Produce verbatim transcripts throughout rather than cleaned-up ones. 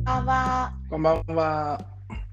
ばんは。 こんばんは。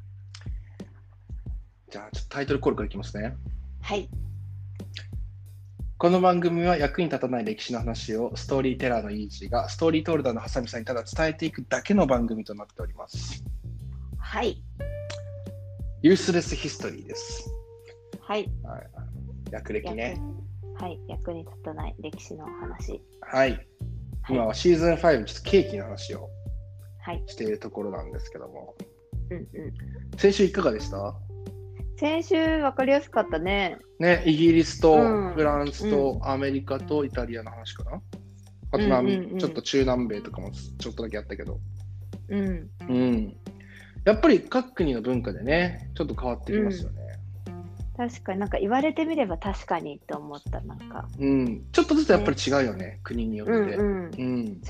じゃあ、ちょっとタイトルコールからいきますね。 はい。 この番組は役に立たない歴史の話をストーリーテラーのイージーがストーリートールダーのハサミさんにただ伝えていくだけの番組となっております。 はい。 ユースレスヒストリーです。 はい。 はい、略歴ね。 はい。役に立たない歴史の話。 はい。はい、今はシーズンファイブ、ちょっとケーキの話をしているところなんですけども。 うんうん。 先週いかがでした？ 先週分かりやすかったね。 ね、イギリスとフランスとうんアメリカとイタリアの話かな。あと、 うんうんうん、 ちょっと中南米とかもちょっとだけあったけど。 うん。 うん。やっぱり各国の文化でね、ちょっと変わってきますよね。 うん、確かになんか言われてみれば確かにって思った、なんか。 うん。ちょっとずつやっぱり違うよね、ね国によって。うんうん、うん。違う。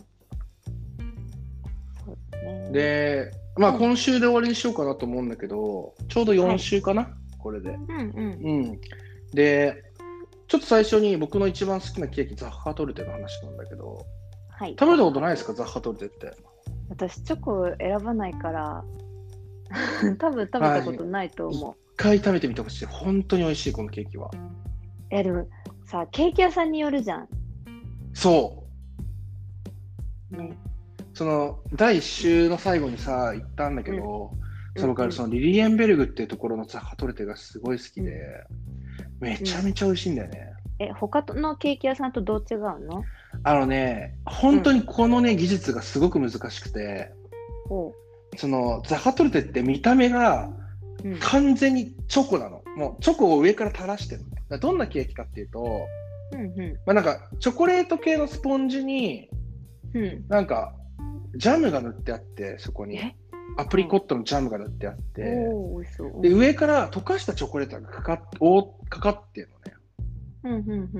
そうね。で、まあ今週で終わりにしようかなと思うんだけど、ちょうどよん週かな、はい、これで。うんうん。うん。で、ちょっと最初に僕の一番好きなケーキ、ザッハトルテの話なんだけど、はい、食べたことないですか、ザッハトルテって。 私、チョコ選ばないから、多分食べたことないと思う。 はい、一回食べてみてほしい。本当に美味しい、このケーキは。 え、でもさ、ケーキ屋さんによるじゃん。 そう。 ね。 そのだいいち週の最後にさ言ったんだけど、うん、そのからそのリリエンベルグっていうところのザッハトルテがすごい好きで、うん、めちゃめちゃ美味しいんだよね。 うん、え、他のケーキ屋さんとどう違うの？ あのね、本当にこのね、うん、技術がすごく難しくて、うん、そのザッハトルテって見た目が完全にチョコなの。もうチョコを上から垂らしてるの。どんなケーキかっていうと、うんうん、まあ、なんかチョコレート系のスポンジに、うん、なんかジャムが塗ってあって、そこにアプリコットのジャムが塗ってあって、うん、で上から溶かしたチョコレートがかかっ、かかってるのね、うんうんうん。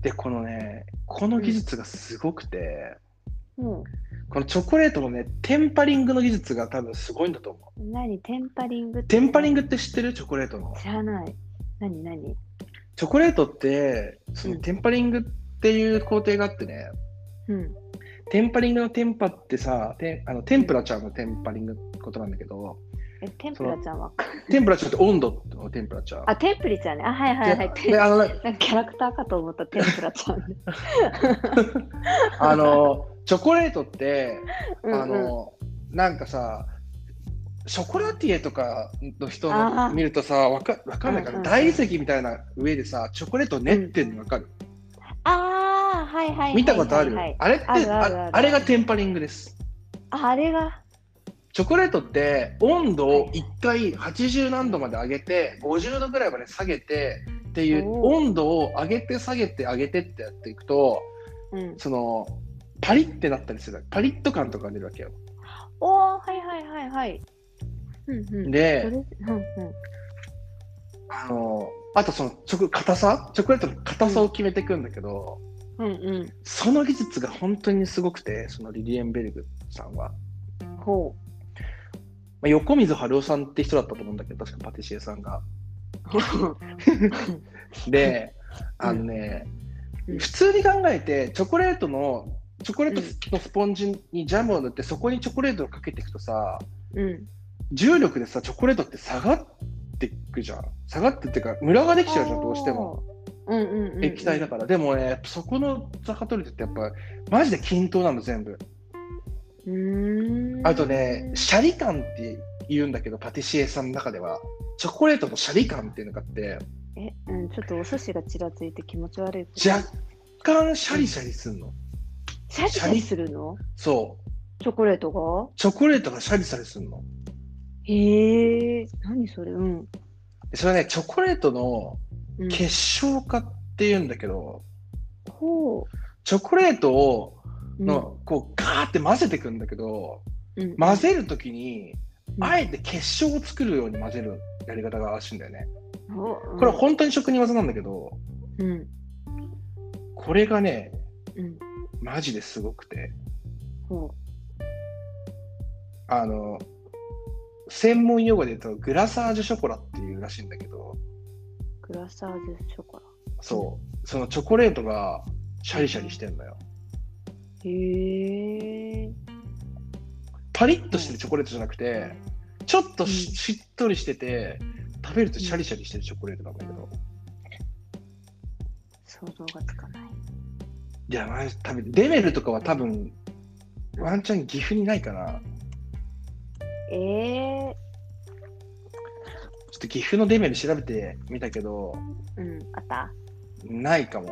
でこのねこの技術がすごくて、うんうん、このチョコレートのねテンパリングの技術が多分すごいんだと思う。 何テンパリングって？ テンパリングって知ってる？チョコレートの。 知らない。何何？ チョコレートってそのテンパリングっていう工程があってね、うん、テンパリングのテンパってさ、てあのテンプラチャーのテンパリングってことなんだけど、 え、テンプラチャーはテンプラチャーって温度のテンプラチャー。 あ、テンプリチャーね。あ、はいはいはい。で、あのなんかキャラクターかと思ったテンプラチャー、ね、 あのチョコレートって、うんうん、あのなんかさ、ショコラティエとかの人の見るとさ、わかわかんないから、うんうんうん、大理石みたいな上でさ、チョコレート練ってんのわかる？うん、 ああ、はいはいはい、はい。 見たことある？あれってあるあるある、あれがテンパリングです。 あ、あれがチョコレートって温度をいっかいはちじゅうなんどまで上げてごじゅうどぐらいまで下げてっていう温度を上げて下げて上げてってやっていくと、うん、そのパリってなったりする。パリッと感とか出るわけよ。 おー、はいはいはいはい。うんうん、 で、 うんうん、 あのあとそのチョコ硬さ、チョコレートの硬さを決めていくんだけど、うんうんうん、その技術が本当にすごくて、そのリリエンベルグさんは。ほう。まあ、横溝春夫さんって人だったと思うんだけど、確かパティシエさんが。で、あのね、うん、普通に考えてチョコレートのチョコレートのスポンジにジャムを塗って、そこにチョコレートをかけていくとさ、うん、重力でさチョコレートって下がっていくじゃん。下がってっていうかムラができちゃうじゃん、どうしても。うんうんうんうん、液体だから。でもね、そこのザッハトルテってやっぱマジで均等なの全部。うーん、あとね、シャリ感って言うんだけど、パティシエさんの中ではチョコレートのシャリ感っていうのがあって、 え、うん、ちょっとお寿司がちらついて気持ち悪い。 若干シャリシャリするの。 シャリシャリするの？ そう。 チョコレートが？ チョコレートがシャリシャリするの。 へえ、何それ？うん。 それはね、チョコレートの結晶化っていうんだけど、うん、チョコレートをの、うん、こうガーって混ぜていくんだけど、うん、混ぜるときに、うん、あえて結晶を作るように混ぜるやり方がらしいんだよね。うん、これは本当に職人技なんだけど、うん、これがね、うん、マジですごくて、うん、あの専門用語で言うとグラサージュショコラっていうらしいんだけど、 グラサージュショコラ、 そう、そのチョコレートがシャリシャリしてんだよ。 へー、 パリッとしてるチョコレートじゃなくて、ちょっと し,、うん、しっとりしてて食べるとシャリシャリしてるチョコレートなんだけど、 想像がつかない。 いや、まあ、多分デメルとかは多分ワンチャン岐阜にないかな。 えー、 ちょっと岐阜のデメル調べてみたけど、 うん、あった？ ないかも。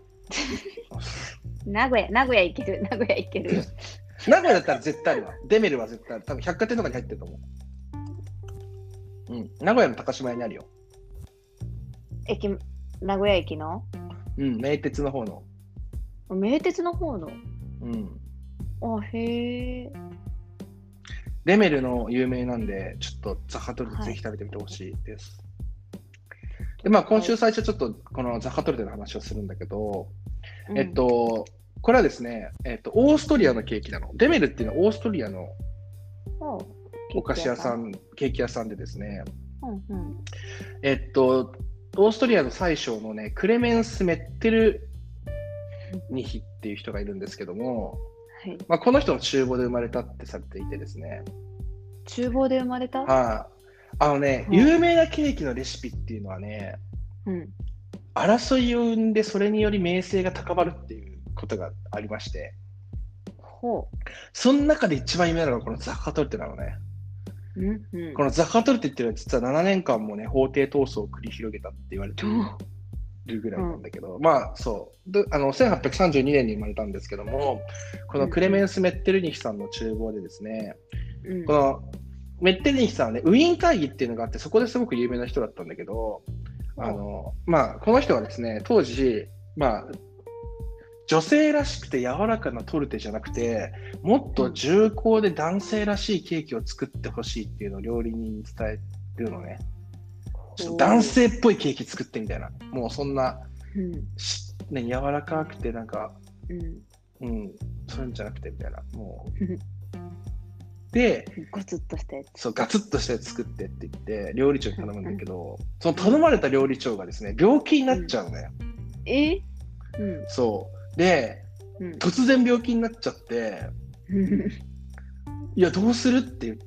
名古屋、名古屋行ける、名古屋行ける。 名古屋だったら絶対あるわ。デメルは絶対ある。多分百貨店とかに入ってると思う。うん。名古屋の高島屋にあるよ。 駅、名古屋駅の？ うん、名鉄の方の。 名鉄の方の？ うん。 あ、へえ。 デメルの有名なんで、ちょっとザハトルテぜひ食べてみてほしいです。はい、で、まあ今週最初ちょっとこのザハトルテの話をするんだけど、うん、えっと、これはですね、えっと、オーストリアのケーキなの。デメルっていうのはオーストリアのお菓子屋さん、ケーキ屋さんでですね、うんうん、えっと、オーストリアの最小のね、クレメンス・メッテルニヒっていう人がいるんですけども、はい、まあ、この人の厨房で生まれたってされていてですね。 厨房で生まれた？ はい、あ。あのね、うん、有名なケーキのレシピっていうのはね、うん、争いを生んでそれにより名声が高まるっていうことがありまして、ほう。その中で一番有名なのがこのザッハトルテなのね。うんうん、このザッハトルテっていうのは実はななねんかんもね、法廷闘争を繰り広げたって言われてるぐらいなんだけど、うん、まあそうで、あのせんはっぴゃくさんじゅうにねんに生まれたんですけども、このクレメンス・メッテルニヒさんの厨房でですね、うん、このメッテルニヒさんはね、ウィーン会議っていうのがあって、そこですごく有名な人だったんだけど、あのまあ、この人はですね、当時、まあ、女性らしくて柔らかなトルテじゃなくて、もっと重厚で男性らしいケーキを作ってほしいっていうのを料理人に伝えるのね。ちょっと男性っぽいケーキ作ってみたいな。もうそんな、うんね、柔らかくてなんか、うん、うん、そういうんじゃなくてみたいな。もうで、 ガツッとしたやつ。 そう、ガツッとしたやつ作ってって言って料理長に頼むんだけど、うん、その頼まれた料理長がですね、病気になっちゃうのよ。うん、 え？ うん、そうで、うん、突然病気になっちゃっていやどうするって言って、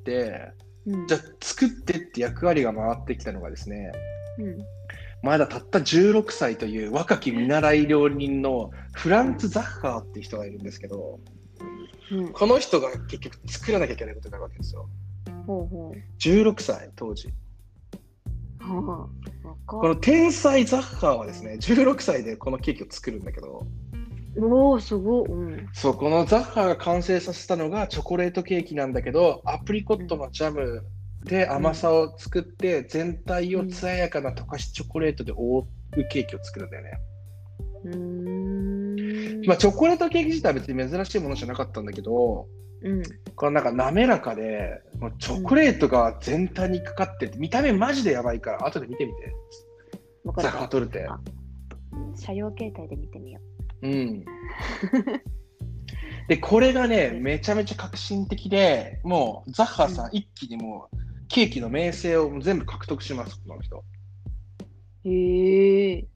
うん、じゃあ作ってって役割が回ってきたのがですね、うん、まだたったじゅうろくさいという若き見習い料理人のフランツ・ザッハーっていう人がいるんですけど、うん、この人が結局作らなきゃいけないことになるわけですよ。ほうほう、じゅうろくさい当時、はあ、この天才ザッハーはですね、じゅうろくさいでこのケーキを作るんだけど、 おーすごい、うん、 そう、このザッハーが完成させたのがチョコレートケーキなんだけど、アプリコットのジャムで甘さを作って、うん、全体を艶やかな溶かしチョコレートで覆うケーキを作るんだよね。うーん、まあ、チョコレートケーキ自体は別に珍しいものじゃなかったんだけど、うん、このなんか滑らかでもうチョコレートが全体にかかってて、見た目マジでやばいから後で見てみて。ザッハトルテ。 車用携帯で見てみよう。 うん。でこれがねめちゃめちゃ革新的で、もうザッハーさん、うん、一気にもうケーキの名声を全部獲得します、この人。へえ。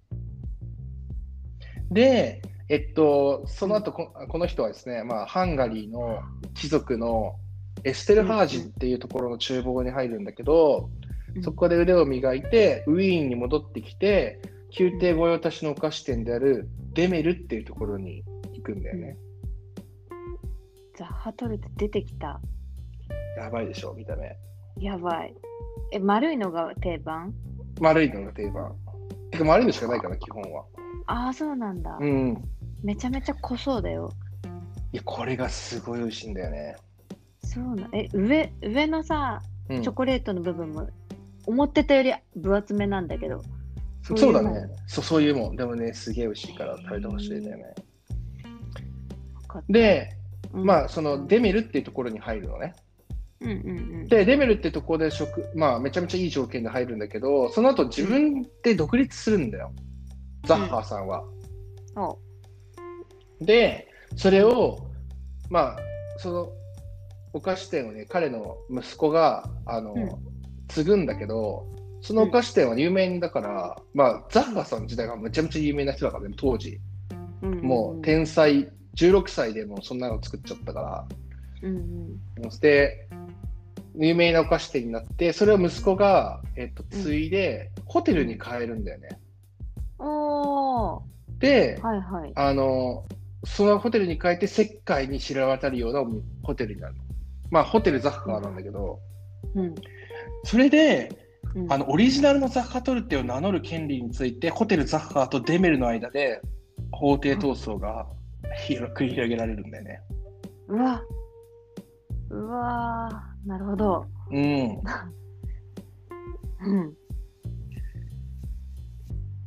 で、えっと、その後こ、この人はですね、まあ、ハンガリーの貴族のエステルハージっていうところの厨房に入るんだけど、うん、そこで腕を磨いてウィーンに戻ってきて、宮廷御用達のお菓子店であるデメルっていうところに行くんだよね。 うん、ザッハトルテ出てきた。 やばいでしょ、見た目。 やばい。え、丸いのが定番？ 丸いのが定番。てか丸いのしかないから、基本は。 ああ、そうなんだ。 うん。 めちゃめちゃ濃そうだよ。 いや、これがすごい美味しいんだよね。 そうな、え、上、上のさ、チョコレートの部分も、思ってたより分厚めなんだけど。 そう, そうだね。そう、そういうもん。でもね、すげえ美味しいから食べてほしいんだよね。で、うん、まあ、そのデメルっていうところに入るのね。うんうんうん、で、デメルっていうところで食、まあ、めちゃめちゃいい条件で入るんだけど、その後自分で独立するんだよ。うん、ザッハーさんは。うん、で、それを、まあ、そのお菓子店をね、彼の息子が、あの、うん、継ぐんだけど、そのお菓子店は有名だから、うん、まあ、ザッハーさん自体がめちゃめちゃ有名な人だからね、当時。うんうんうん、もう天才、じゅうろくさいでもうそんなの作っちゃったから。 うんうん、 で有名なお菓子店になって、それを息子が、えっと、継いで、うん、ホテルに変えるんだよね。 うん、おで、 はいはい、 あのそのホテルに変えて世界に知ら渡るようなホテルになる。まあホテルザッハーなんだけど、うんうん、それで、うん、あのオリジナルのザッハトルテを名乗る権利についてホテルザッハーとデメルの間で法廷闘争が繰り広げられるんだよね。 うわうわなるほど。 うん。うん、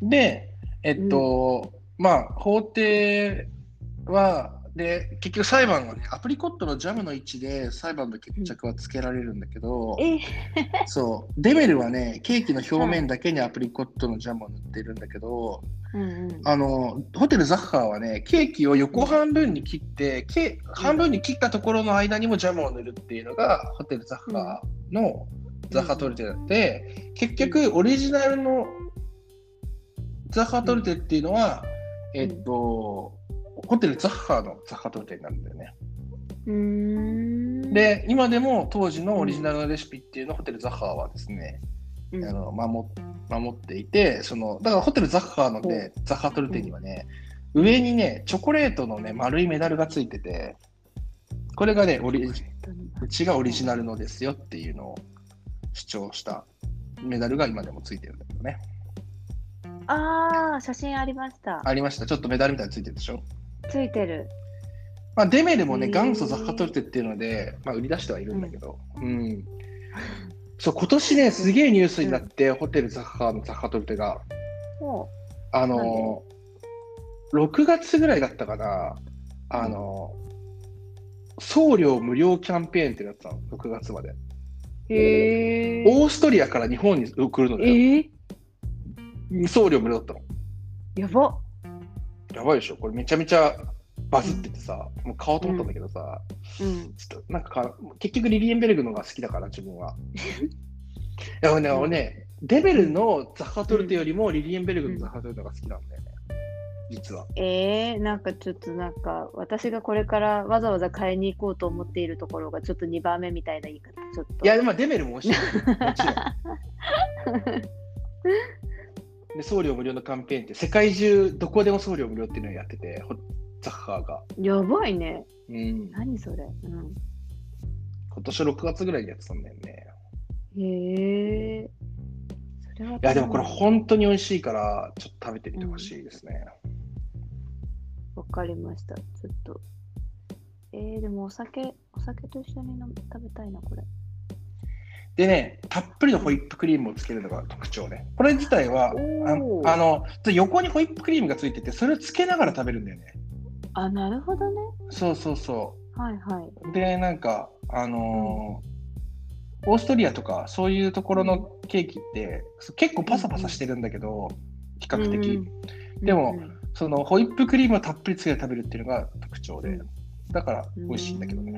で、えっと、うん、まあ法廷はで結局裁判はね、アプリコットのジャムの位置で裁判の決着はつけられるんだけど、うん、そうデメルはね、ケーキの表面だけにアプリコットのジャムを塗ってるんだけど、うんうん、あのホテルザッハーはね、ケーキを横半分に切って、うん、半分に切ったところの間にもジャムを塗るっていうのがホテルザッハーのザッハトルテで、うん、結局オリジナルのザッハトルテっていうのは、うん、えっとホテルザッハーのザッハトルテになるんだよね。うーんで、今でも当時のオリジナルのレシピっていうのをホテルザッハーはですね、うん、あの 守, 守っていて、そのだからホテルザッハーの、ね、ザッハトルテにはね、うん、上にねチョコレートのね丸いメダルがついてて、これがねオリうちがオリジナルのですよっていうのを主張したメダルが今でもついてるんだけどね。 あー、写真ありました。 ありました。ちょっとメダルみたいについてるでしょ。 ついてる。 まあ、デメルもね、元祖ザッハトルテっていうので、まあ、売り出してはいるんだけど、うんうん、そう今年ね、すげえニュースになって、うん、ホテルザッハのザッハトルテが、あのろくがつぐらいだったかな、あの、うん、送料無料キャンペーンってやったの、ろくがつまで。へー。オーストリアから日本に送るのだよ。えー、送料無料だったの。 やば。 やばいでしょ、これめちゃめちゃバズっててさ、うん、もう買おうと思ったんだけどさ、うん、ちょっとなんか結局リリエンベルグのが好きだから自分は。いや俺ね、俺ね、デベルのザッハトルテよりもリリエンベルグのザッハトルテが好きなんだよね、実は。 えー、なんかちょっとなんか私がこれからわざわざ買いに行こうと思っているところがちょっとにばんめみたいな言い方ちょっと。 いやでもデベルも美味しいもちろん。で送料無料のキャンペーンって世界中どこでも送料無料っていうのをやってて、ザッハーが。やばいね。 うん。 何それ。うん。 今年ろくがつぐらいにやってたんだよね。 へえ。 それはいやでもこれ本当に美味しいからちょっと食べてみてほしいですね。 わ、うん、かりました。ちょっと。えー、でもお酒お酒と一緒に食べたいなこれ。 でね、たっぷりのホイップクリームをつけるのが特徴ね。これ自体はああの横にホイップクリームがついてて、それをつけながら食べるんだよね。 あ、なるほどね。 そうそうそう。 はいはい。 で、なんかあのーうん、オーストリアとかそういうところのケーキって結構パサパサしてるんだけど、うん、比較的。うんうん、でも、うんうん、そのホイップクリームをたっぷりつけて食べるっていうのが特徴で、だから美味しいんだけどね。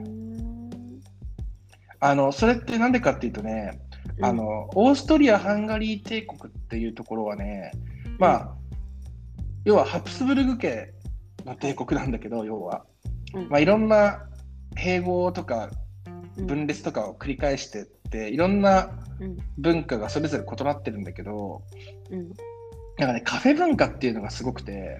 あのそれってなんでかっていうとね、うん、あのオーストリア・ハンガリー帝国っていうところはね、まあ、うん、要はハプスブルグ家の帝国なんだけど、要は、うんまあ、いろんな併合とか分裂とかを繰り返してって、いろんな文化がそれぞれ異なってるんだけど、うん、なんかね、カフェ文化っていうのがすごくて、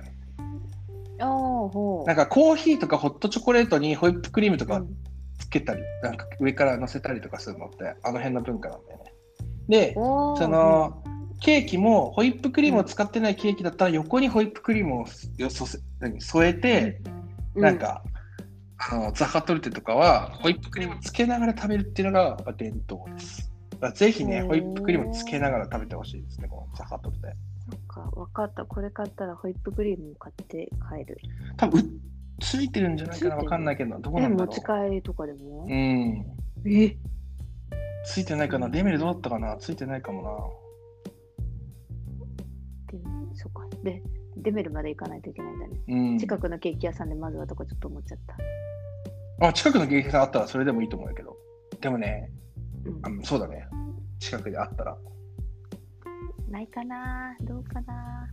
なんかコーヒーとかホットチョコレートにホイップクリームとか、うんつけたり、なんか上から乗せたりとかするのってあの辺の文化なんだよね。で、そのケーキもホイップクリームを使ってないケーキだったら横にホイップクリームを添えて、うん、なんかあのザッハトルテとかはホイップクリームをつけながら食べるっていうのが伝統です。だからぜひね、ホイップクリームをつけながら食べてほしいですね、このザッハトルテ。 そっか、分かった。これ買ったらホイップクリームを買って帰る。 多分ついてるんじゃないかな、わかんないけど、どこなんだろう。 持ち帰りとかでも？ うん。え？ついてないかな、デメルどうだったかな、ついてないかもな。 デメル、そっか。で、デメルまで行かないといけないんだね。うん。近くのケーキ屋さんでまずはとかちょっと思っちゃった。 あ、近くのケーキ屋さんあったらそれでもいいと思うけど。でもね、うん、あそうだね。近くであったら。 ないかな、どうかな。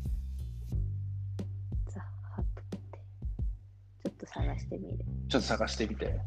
ちょっと探してみる。 ちょっと探してみて。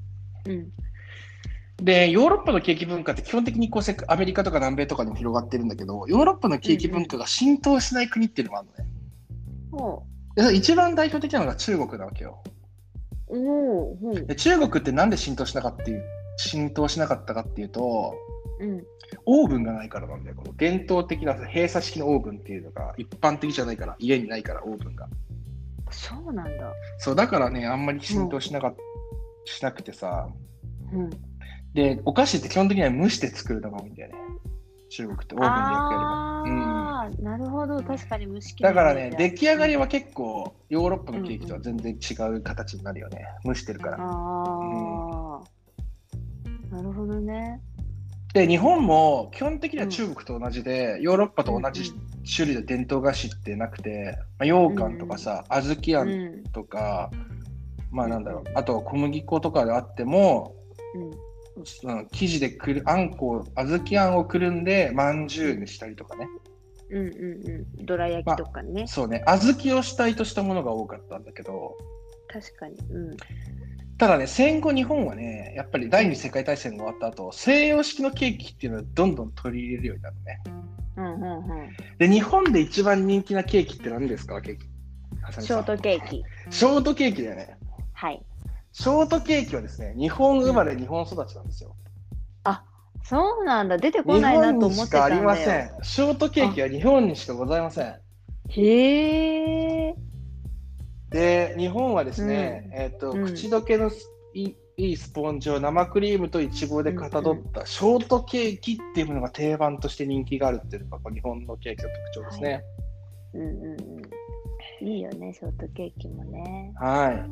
うん。 で、ヨーロッパのケーキ文化って基本的にこうアメリカとか南米とかにも広がってるんだけど、ヨーロッパのケーキ文化が浸透しない国っていうのもあるのね。 うん、 で一番代表的なのが中国なわけよ。 おー、うん、 で中国ってなんで浸透しなかったっていう浸透しなかったかっていうと、 うん、 オーブンがないからなんだよ。この伝統的な閉鎖式のオーブンっていうのが一般的じゃないから、家にないからオーブンが。 そうなんだ。 そうだからね、あんまり浸透しなかっ、うん、しなくてさ、 うん、 でお菓子って基本的には蒸して作るのが多いんだよね。中国ってオーブンで焼くよりも。 ああ、うん、なるほど、確かに蒸し器だからね、出来上がりは結構ヨーロッパのケーキとは全然違う形になるよね。蒸してるから。 ああ、うん、なるほどね。 で日本も基本的には中国と同じで、うん、ヨーロッパと同じ種類の伝統菓子ってなくて、まあ、羊羹とかさ、うん、小豆あんとか、うん、まあなんだろう、あと小麦粉とかであっても、うん、生地でくるあんこ小豆あんをくるんでまんじゅうにしたりとかね、 うんうんうん、どら焼きとかね、 まあ、そうね、小豆を主体としたものが多かったんだけど、 確かに、うん、 ただね、戦後日本はね、やっぱり第二次世界大戦が終わった後、西洋式のケーキっていうのをどんどん取り入れるようになるね。 うんうんうん。 で、日本で一番人気なケーキって何ですか、ケーキ。 ショートケーキ。 ショートケーキだよね。 はい。 ショートケーキはですね、日本生まれ、うん、日本育ちなんですよ。 あ、そうなんだ。出てこないなと思ってたんだよ。 日本にしかありません。ショートケーキは日本にしかございません。 へー。 で、日本はですね、うん、えっと、うん、口どけのいいスポンジを生クリームとイチゴでかたどったショートケーキっていうものが定番として人気があるっていうのが日本のケーキの特徴ですね。 はい、うんうんうん。いいよね、ショートケーキもね。 はい。うん、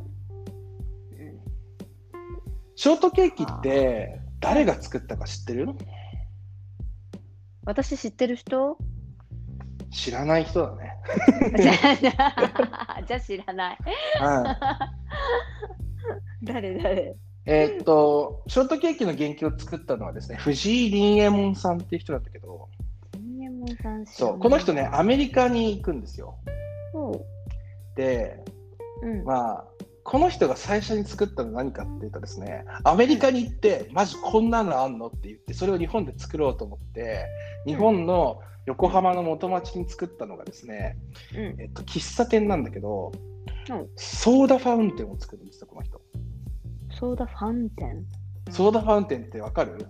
ショートケーキって誰が作ったか知ってる？ 私知ってる人？ 知らない人だね。 じゃあ知らない。誰誰？ えー、っとショートケーキの原型を作ったのはですね、藤井林右衛門さんっていう人なんだけど、 林右衛門さん、 そうこの人ね、アメリカに行くんですよ。で、うん、まあこの人が最初に作ったのは何かっていうとですね、アメリカに行ってマジこんなのあんのって言って、それを日本で作ろうと思って日本の横浜の元町に作ったのがですね、うん、えっと、喫茶店なんだけど、うん、ソーダファウンテンを作るんですよ、この人。 ソーダファウンテン？ ソーダファウンテンってわかる？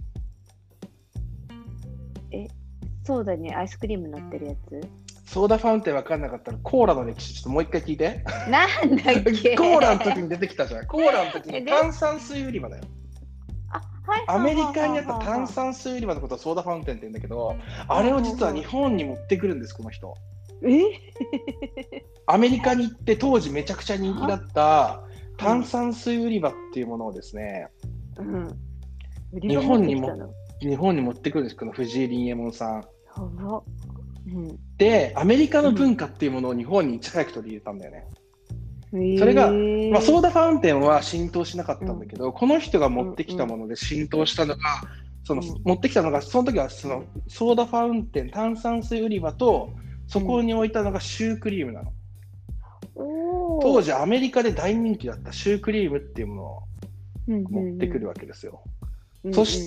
え、ソーダにアイスクリーム乗ってるやつ？ ソーダファウンテンわかんなかったらコーラの歴史ちょっともう一回聞いて。 なんだっけ？ コーラの時に出てきたじゃん。コーラの時に炭酸水売り場だよ。 あ、はい、 アメリカにあった炭酸水売り場のことをソーダファウンテンって言うんだけど、あれを実は日本に持ってくるんです、この人。 え？ アメリカに行って当時めちゃくちゃ人気だった炭酸水売り場っていうものをですね、うん、日本にも日本に持ってくるんです、この藤井林右衛門さん。うん、で、アメリカの文化っていうものを日本にいち早く取り入れたんだよね。うん、それが、まあ、ソーダファウンテンは浸透しなかったんだけど、うん、この人が持ってきたもので浸透したのが、その、うん、持ってきたのが、その時はそのソーダファウンテン、炭酸水売り場と、そこに置いたのがシュークリームなの。うん、当時アメリカで大人気だったシュークリームっていうものを持ってくるわけですよ。うんうんうん、そして、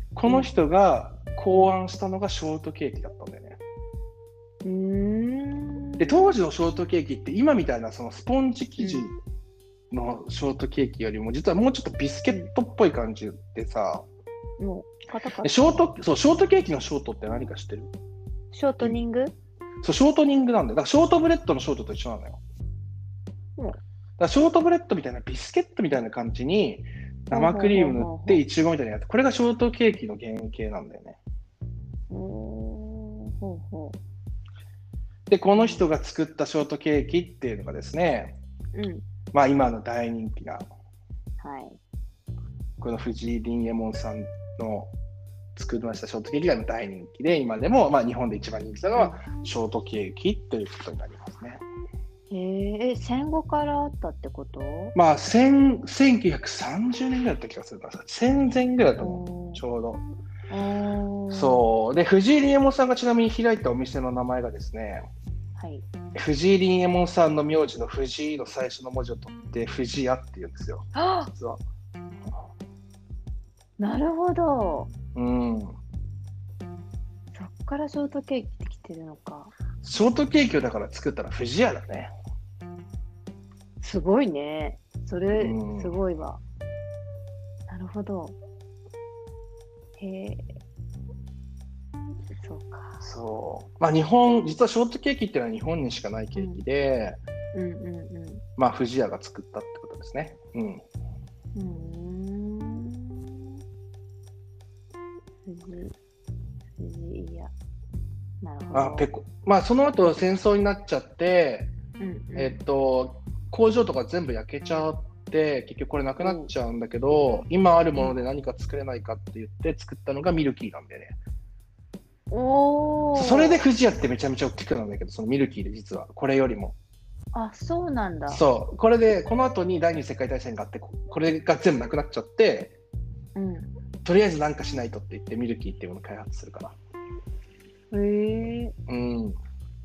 この人が考案したのがショートケーキだったんだよね。うーん、で当時のショートケーキって今みたいなそのスポンジ生地のショートケーキよりも実はもうちょっとビスケットっぽい感じでさ、もうカタカタショートそうショートケーキのショートって何か知ってる？ ショートニング？ そうショートニングなんだよ。だからショートブレッドのショートと一緒なのよ。うん、だからショートブレッドみたいなビスケットみたいな感じに生クリーム塗ってイチゴみたいなやつ、これがショートケーキの原型なんだよね。うーん、ほうほう。でこの人が作ったショートケーキっていうのがですね、うん、まあ今の大人気な、はい、この藤井林右衛門さんの作りましたショートケーキが大人気で、今でもまあ日本で一番人気なのはショートケーキということになりますね。 へえ、戦後からあったってこと？ まあせんきゅうひゃくさんじゅうねんぐらいだった気がするから、戦前ぐらいだと思う、ちょうど。そうで、藤井林右衛門さんがちなみに開いたお店の名前がですね、はい、藤井林右衛門さんの名字の藤井の最初の文字を取って藤屋っていうんですよ。実はなるほど。 うん。そっからショートケーキってきてるのか。 ショートケーキをだから作ったら不二家だね。 すごいね。それ、すごいわ。なるほど。へえ。そうか。 そう。まあ日本、実はショートケーキっていうのは日本にしかないケーキで、 うんうんうんうん、 まあ不二家が作ったってことですね。うん。 うーん。不二、不二家。なるほど。 あ、ペコ。まあその後戦争になっちゃって、うんうん、えっと工場とか全部焼けちゃって結局これなくなっちゃうんだけど、今あるもので何か作れないかって言って作ったのがミルキーなんだよね。 おー。 それで不二家ってめちゃめちゃ大きくなるんだけど、そのミルキーで実はこれよりも。 あ、そうなんだ。 そう。これでこの後に第二次世界大戦があってこれが全部なくなっちゃって、うん、とりあえず何かしないとって言ってミルキーっていうものを開発するから。 へえー。 うん。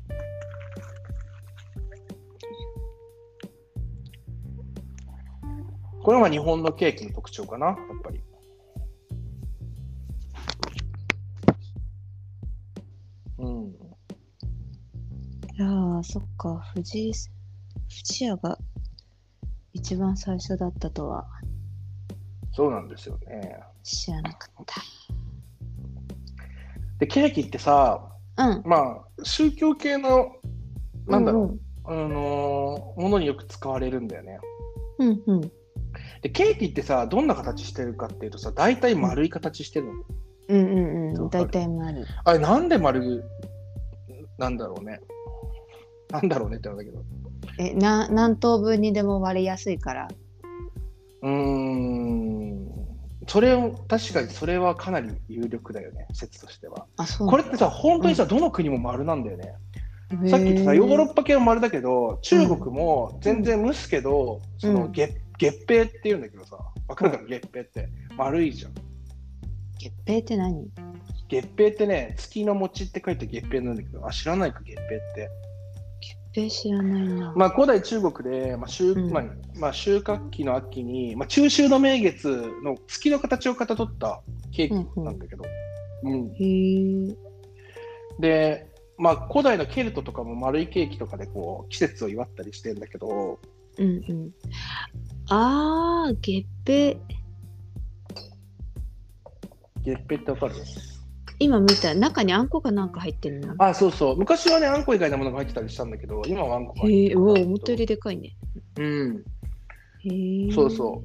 これは日本のケーキの特徴かな、やっぱり。うん。 いやー、そっか、藤井、藤屋が一番最初だったとは。 そうなんですよね。 知らなかった。 で、ケーキってさ、うん、まあ、宗教系の、なんだろう、うんうん、あのー、ものによく使われるんだよね。 うんうん。 でケーキってさ、どんな形してるかっていうとさ、大体丸い形してるの。 うんうんうん、大体丸い。 あれ、なんで丸なんだろうね。なんだろうねってなんだけど。 え、な何等分にでも割りやすいから。 うーん。それを、確かにそれはかなり有力だよね、説としては。あ、そうこれってさ、本当にさ、うん、どの国も丸なんだよね。さっき言ってたヨーロッパ系は丸だけど、中国も全然蒸すけど、うん、その月月餅って言うんだけどさ、わかるかな、月餅って丸いじゃん。 月餅って何？ 月餅ってね、月の餅って書いて月餅なんだけど、あ、知らないか月餅って。 月餅知らないな。 まあ古代中国で、まあ収うんまあまあ、収穫期の秋に、まあ、中秋の名月の月の形をかたどったケーキなんだけど、うんうん、へー。で、まあ、古代のケルトとかも丸いケーキとかでこう季節を祝ったりしてるんだけど、 うんうん、あー、月餅。 月餅ってわかる？ 今見た中にあんこがなんか入ってるな。 あ、そうそう。昔はね、あんこ以外のものが入ってたりしたんだけど、今はあんこが入ってる。 へー、思ったよりでかいね。 うん。 へー。 そうそう。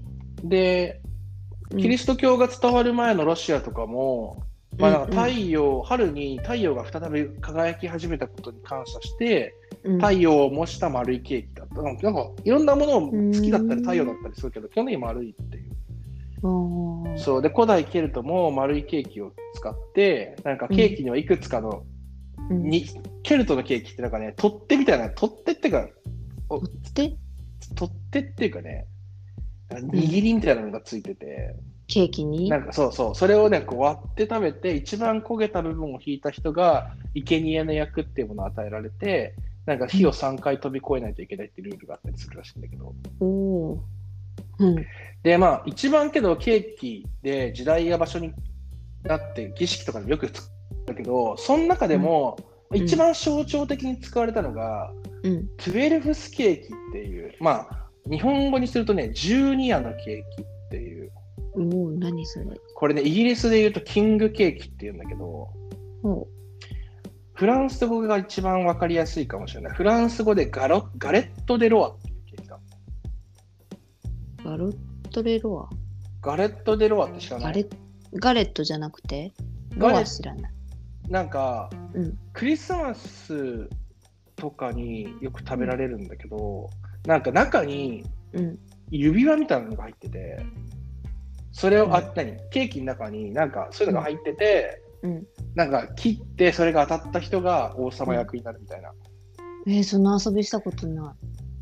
で、キリスト教が伝わる前のロシアとかも、うん、まあ、なんか太陽、うんうん、春に太陽が再び輝き始めたことに感謝して、うん、太陽を模した丸いケーキだった。なんかいろんなものを月だったり太陽だったりするけど、基本的に丸いっていう。そうで古代ケルトも丸いケーキを使ってなんかケーキにはいくつかの、うん、にケルトのケーキってなんかね取っ手みたいな取っ手っていうか取っ手取っ手っていうかね握りみたいなのがついてて、うん、 ケーキになんかそうそうそれをねこう割って食べて一番焦げた部分を引いた人が生贄の役っていうものを与えられてなんか火をさんかい飛び越えないといけないっていうルールがあったりするらしいんだけど、 おー、うん、 でまあ一番けどケーキで時代や場所になって儀式とかでよく使うんだけどその中でも一番象徴的に使われたのが、うん、トゥエルフスケーキっていうまあ日本語にするとねじゅうに夜のケーキっていう。 おー、何それ。 これねイギリスで言うとキングケーキっていうんだけど、 おフランス語が一番わかりやすいかもしれない。フランス語でガロガレット・デ・ロアっていうケーキだ。 ガロット・デ・ロア。 ガレット・デ・ロアって知らない？ ガレ、ガレットじゃなくてロア知らない。 なんか、うん、クリスマスとかによく食べられるんだけど、うん、なんか中に指輪みたいなのが入ってて、それを、うん、あ、何？ケーキの中になんかそういうのが入ってて、うん、なんか切ってそれが当たった人が王様役になるみたいな。 うん、えー、そんな遊びしたことない。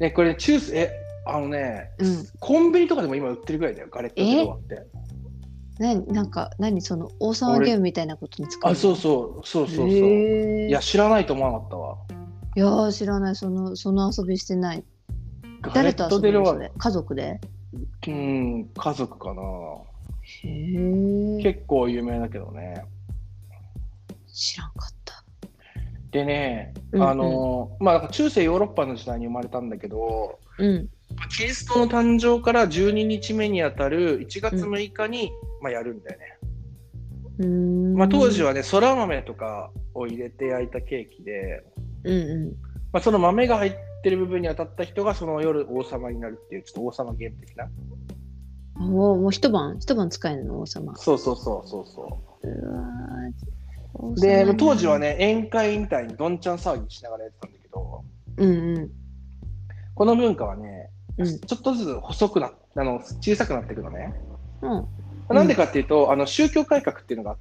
ね、これチュースえあのね、うん、コンビニとかでも今売ってるぐらいだよガレット・デ・ロアって。 ななんか何その王様ゲームみたいなことに使うの？ あ、そうそうそうそうそう。いや知らないと思わなかったわ。 いや知らないそのその遊びしてない。誰と遊ぶのそれ？家族で？ うん家族かな。 へえ。 結構有名だけどね。 知らんかった。 でね、 うんうん、 あのまあ中世ヨーロッパの時代に生まれたんだけど、 うん、 キリストの誕生からじゅうににちめにあたるいちがつむいかに、うん、まあ、やるんだよね。 うーん、 まあ、当時はね、そら豆とかを入れて焼いたケーキで、 うんうん、 まあ、その豆が入ってる部分に当たった人がその夜王様になるっていう、ちょっと王様ゲーム的な。 もう、もう一晩、一晩使えるの、王様。 そうそうそうそうそう。 うわで、当時はね、宴会みたいにどんちゃん騒ぎしながらやってたんだけど、 うんうん、この文化はね、うん、ちょっとずつ細くなあの小さくなっていくのね。うん、なんでかっていうと、あの宗教改革っていうのがあって、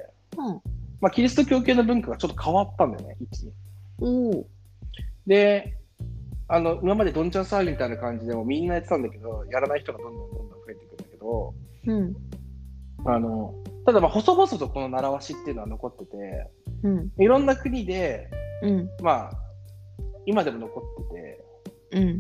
うんまあ、キリスト教系の文化がちょっと変わったんだよね、一気に。うんで、あの今までどんちゃん騒ぎみたいな感じでもみんなやってたんだけど、やらない人がどんどんどんどん増えていくんだけど、うん、あのただまあ細々とこの習わしっていうのは残ってて、うん、いろんな国で、うん、まあ今でも残ってて、うん、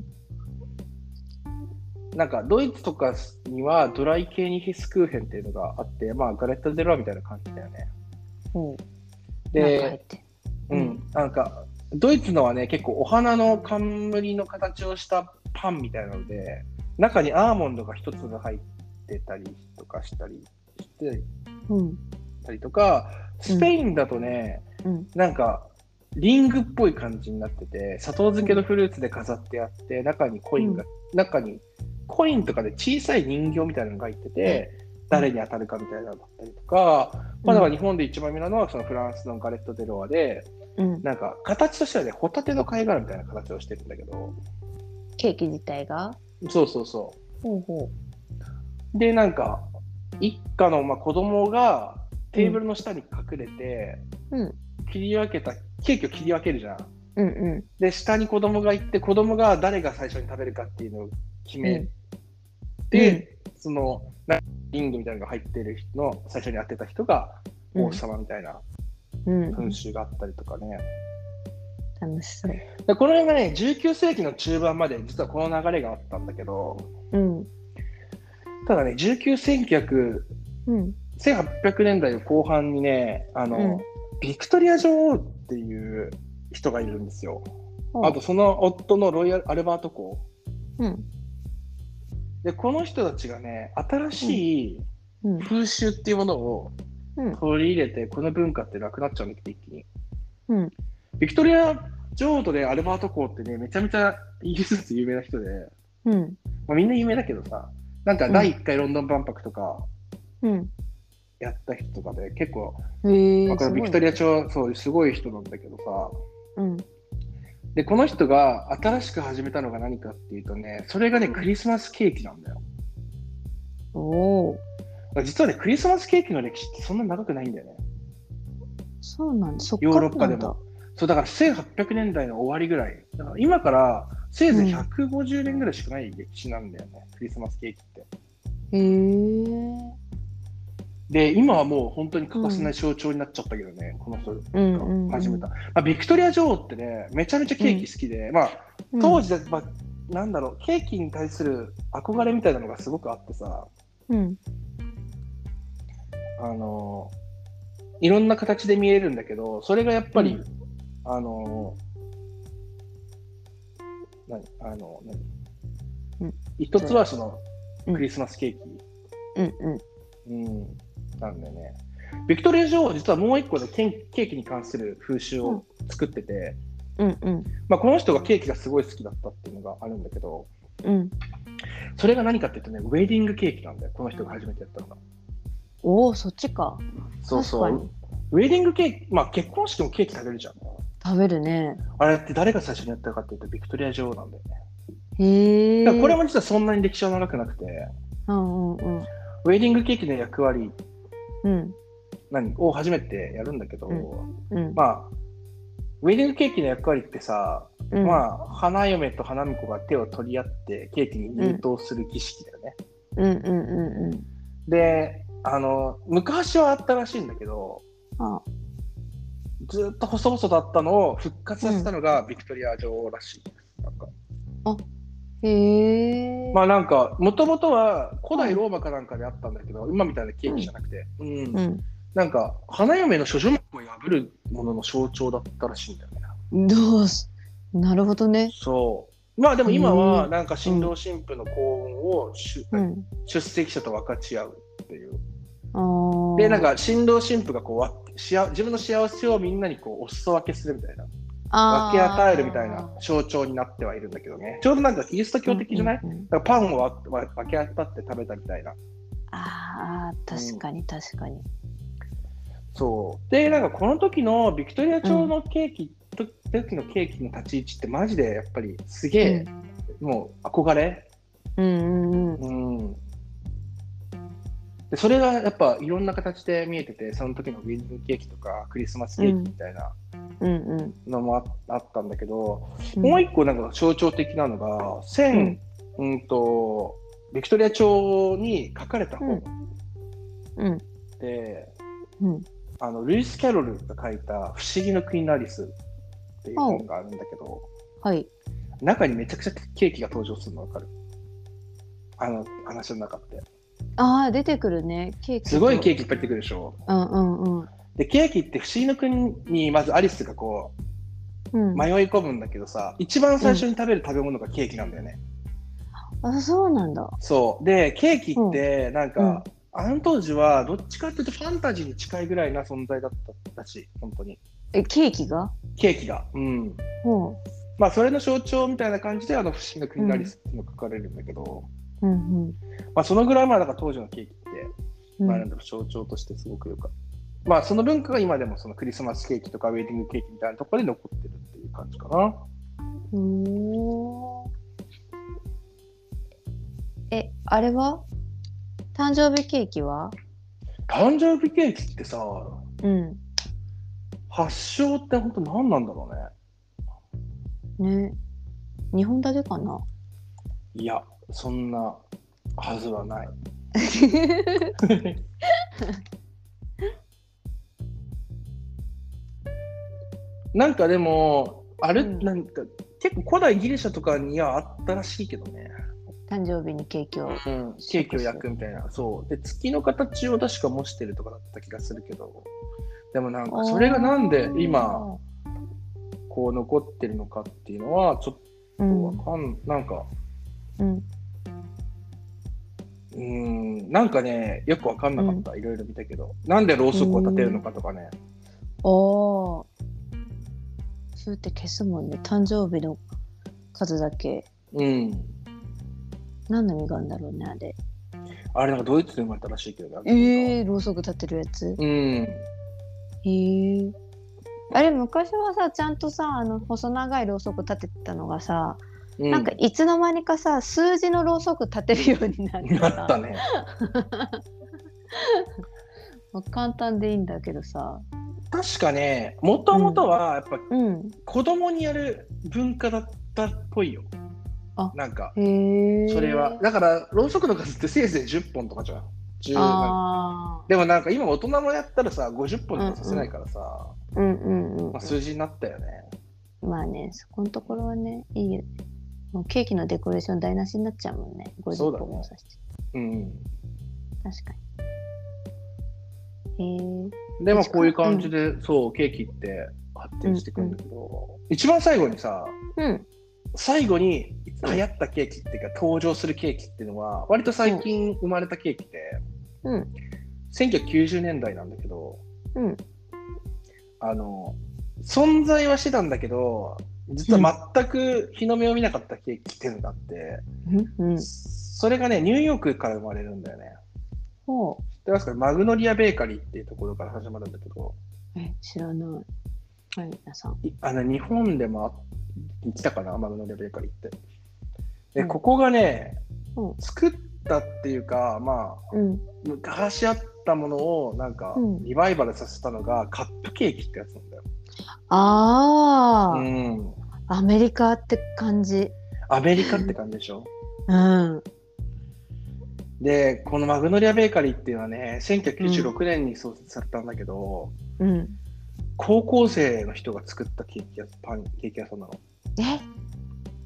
なんかドイツとかにはドライ系にヒスクーヘンっていうのがあって、まあガレット・デ・ロワみたいな感じだよね。うん、で、うん、なんかドイツのはね、結構お花の冠の形をしたパンみたいなので、中にアーモンドが一粒入ってたりとかしたりして、うん、たりとか、スペインだとね、うん、なんかリングっぽい感じになってて、砂糖漬けのフルーツで飾ってあって、中にコインが、うん、中にコインとかで小さい人形みたいなのが入ってて、うん、誰に当たるかみたいなのだったりとか、うん、まだ日本で一番有名なのはそのフランスのガレット・デ・ロワで、うん、なんか形としてはね、ホタテの貝殻みたいな形をしてるんだけど、 ケーキ自体がそうそうそう。ほうほうで、なんか一家のまあ子供がテーブルの下に隠れて、うん、切り分けたケーキを切り分けるじゃん。うんうん、で下に子供が行って、子供が誰が最初に食べるかっていうのを決めて、うん、そのリングみたいなのが入ってる人の最初に当てた人が王様みたいな風習があったりとかね。 うん、楽しそう。 でこの辺がね、じゅうきゅうせいきの中盤まで実はこの流れがあったんだけど、うん、ただね、じゅうきゅうせいきゅうひゃく、うん、せんはっぴゃくねんだいこう半にね、あの、うん、ビクトリア女王っていう人がいるんですよ。あとその夫のロイヤル・アルバート公、うん、でこの人たちがね、新しい風習っていうものを取り入れて、この文化ってなくなっちゃうんだけど、一気に、うん、ビクトリア女王とね、アルバート公ってね、めちゃめちゃイギリスで有名な人で、うんまあ、みんな有名だけどさ、なんかだいいっかいロンドン万博とかやった人とかで、結構、うん、まあ、このビクトリア朝、そうすごい人なんだけどさ、うん、でこの人が新しく始めたのが何かっていうとね、それがね、クリスマスケーキなんだよ。おー。実はね、クリスマスケーキの歴史ってそんな長くないんだよね。 そうなんだ。そっか。 ヨーロッパでも。そうだからせんはっぴゃくねんだいの終わりぐらい。だから今からせいぜいひゃくごじゅうねんぐらいしかない歴史なんだよね、うん、クリスマスケーキって。へー。で、今はもう本当に欠かせない象徴になっちゃったけどね、うん、この人が始めた。うんうんうんまあ、ビクトリア女王ってね、めちゃめちゃケーキ好きで、うん、まあ当時で、まあ、なんだろう、ケーキに対する憧れみたいなのがすごくあってさ、うん、あのいろんな形で見えるんだけど、それがやっぱり、うん、あの何あの何、うん、一つはその、うん、クリスマスケーキ、うんうんうん、なんだよね。ビクトリア女王は実はもう一個でケーキに関する風習を作ってて、うんうんまあ、この人がケーキがすごい好きだったっていうのがあるんだけど、うん、それが何かっていうとね、ウェディングケーキなんだよ、この人が初めてやったのが。 おお、そっちか。 そうそう。ウェディングケーキ、まあ結婚式もケーキ食べるじゃん。 食べるね。 あれって誰が最初にやったかっていうと、ビクトリア女王なんだよね。へえ。だからこれも実はそんなに歴史は長くなくて、うんうんうん、ウェディングケーキの役割、うん、何を初めてやるんだけど、うんうん、まあウェディングケーキの役割ってさ、うん、まあ花嫁と花婿が手を取り合ってケーキに入刀する儀式だよね。うんうんうんうん、で、あの昔はあったらしいんだけど、ああずっと細々だったのを復活させたのがビクトリア女王らしいです。なんかあへえ。 まあなんかもともとは古代ローマかなんかであったんだけど、うん、今みたいなケーキじゃなくて、うんうんうん、なんか花嫁の諸女膜を破るものの象徴だったらしいんだよね。 どうすなるほどね。 そうまあでも今はなんか新郎新婦の幸運を、うん、出席者と分かち合うっていう、うん、でなんか新郎新婦がこうしあ自分の幸せをみんなにこうお裾分けするみたいな、分け与えるみたいな象徴になってはいるんだけどね。ちょうどなんかキリスト教的じゃない、うんうんうん、だからパンを分け与って食べたみたいな。 ああ確かに確かに、うん、 そうでなんかこの時のビクトリア朝のケーキ、うん、時のケーキの立ち位置ってマジでやっぱりすげえ、うん、もう憧れ、うんうんうんうん、でそれがやっぱいろんな形で見えてて、その時のウェディングケーキとかクリスマスケーキみたいなのも あ,、あったんだけど、うん、もう一個なんか象徴的なのが千、うんうん、とビクトリア朝に書かれた本、うん、で、うん、あのルイス・キャロルが書いた「不思議の国のアリス」っていう本があるんだけど、はい、中にめちゃくちゃケーキが登場するの分かる？あの話の中って。 ああ出てくるね、ケーキ。 すごいケーキいっぱい出てくるでしょ。うんうんうん。でケーキって不思議の国にまずアリスがこう、うん、迷い込むんだけどさ、一番最初に食べる食べ物がケーキなんだよね。 うん、あそうなんだ。 そうでケーキってなんか、うん、あの当時はどっちかっていうとファンタジーに近いぐらいな存在だったらしい、本当に。 えケーキが？ ケーキが、うん。うん、まあそれの象徴みたいな感じであの不思議の国のアリスっていうのが書かれるんだけど、うんうんうんまあ、そのぐらいまあだから当時のケーキって、うんまあ、なんだろう象徴としてすごくよかった。まあその文化が今でもそのクリスマスケーキとかウェディングケーキみたいなところで残ってるっていう感じかな。うーんえあれは誕生日ケーキは？ 誕生日ケーキってさ、うん、発祥って本当何なんだろうね。ね日本だけかな。 いやそんなはずはない。なんかでもあれ、うん、なんか結構古代ギリシャとかにはあったらしいけどね。 誕生日にケーキを、うん、 ケーキを焼くみたいな。そうで月の形を確か模してるとかだった気がするけど、でもなんかそれがなんで今こう残ってるのかっていうのはちょっとわかん、うん、なんかうんうーんなんかねよく分かんなかった、うん、いろいろ見たけど、なんでろうそくを立てるのかとかね。 ああそうやって消すもんね、誕生日の数だけ。うん何の意味があるんだろうねあれ。 あれなんかドイツで生まれたらしいけど、 えー、ろうそく立てるやつ。うんへえあれ昔はさちゃんとさあの細長いろうそく立ててたのがさ、うん、なんかいつの間にかさ数字のろうそく立てるようになってさなったね簡単でいいんだけどさ、 確かねもともとはやっぱ、うん、子供にやる文化だったっぽいよ。あなんかへそれはだからろうそくの数ってせいぜいじゅっぽんとかじゃん。じゅうあでもなんか今大人もやったらさごじゅっぽんとかさせないからさ、うんうんうんうんまあ、数字になったよね。 まあねそこのところはねいいよね。もうケーキのデコレーション台無しになっちゃうもんね。ごじゅっぽんもさして。う、ね、うん確かに。へえでもこういう感じで、うん、そうケーキって発展していくんだけど、うんうん、一番最後にさ、うん、最後に流行ったケーキっていうか登場するケーキっていうのは割と最近生まれたケーキで、うん、せんきゅうひゃくきゅうじゅうねんだいなんだけど、うん、あの存在はしてたんだけど実は全く日の目を見なかったケーキっていうのがあって、うん、それがねニューヨークから生まれるんだよね。ほう知ってますか？マグノリアベーカリーっていうところから始まるんだけど。 え知らない。はい皆さんあの日本でも来たかなマグノリアベーカリーって。で、うん、ここがね、うん、作ったっていうかまあ、うん、昔あったものをなんか、うん、リバイバルさせたのがカップケーキってやつなんだよ。 ああ、うん、アメリカって感じ。 アメリカって感じでしょ。 うん。 でこのマグノリアベーカリーっていうのはねせんきゅうひゃくきゅうじゅうろくねんに創設されたんだけど、うん、高校生の人が作ったケーキ屋パンケーキ屋さんなの。 え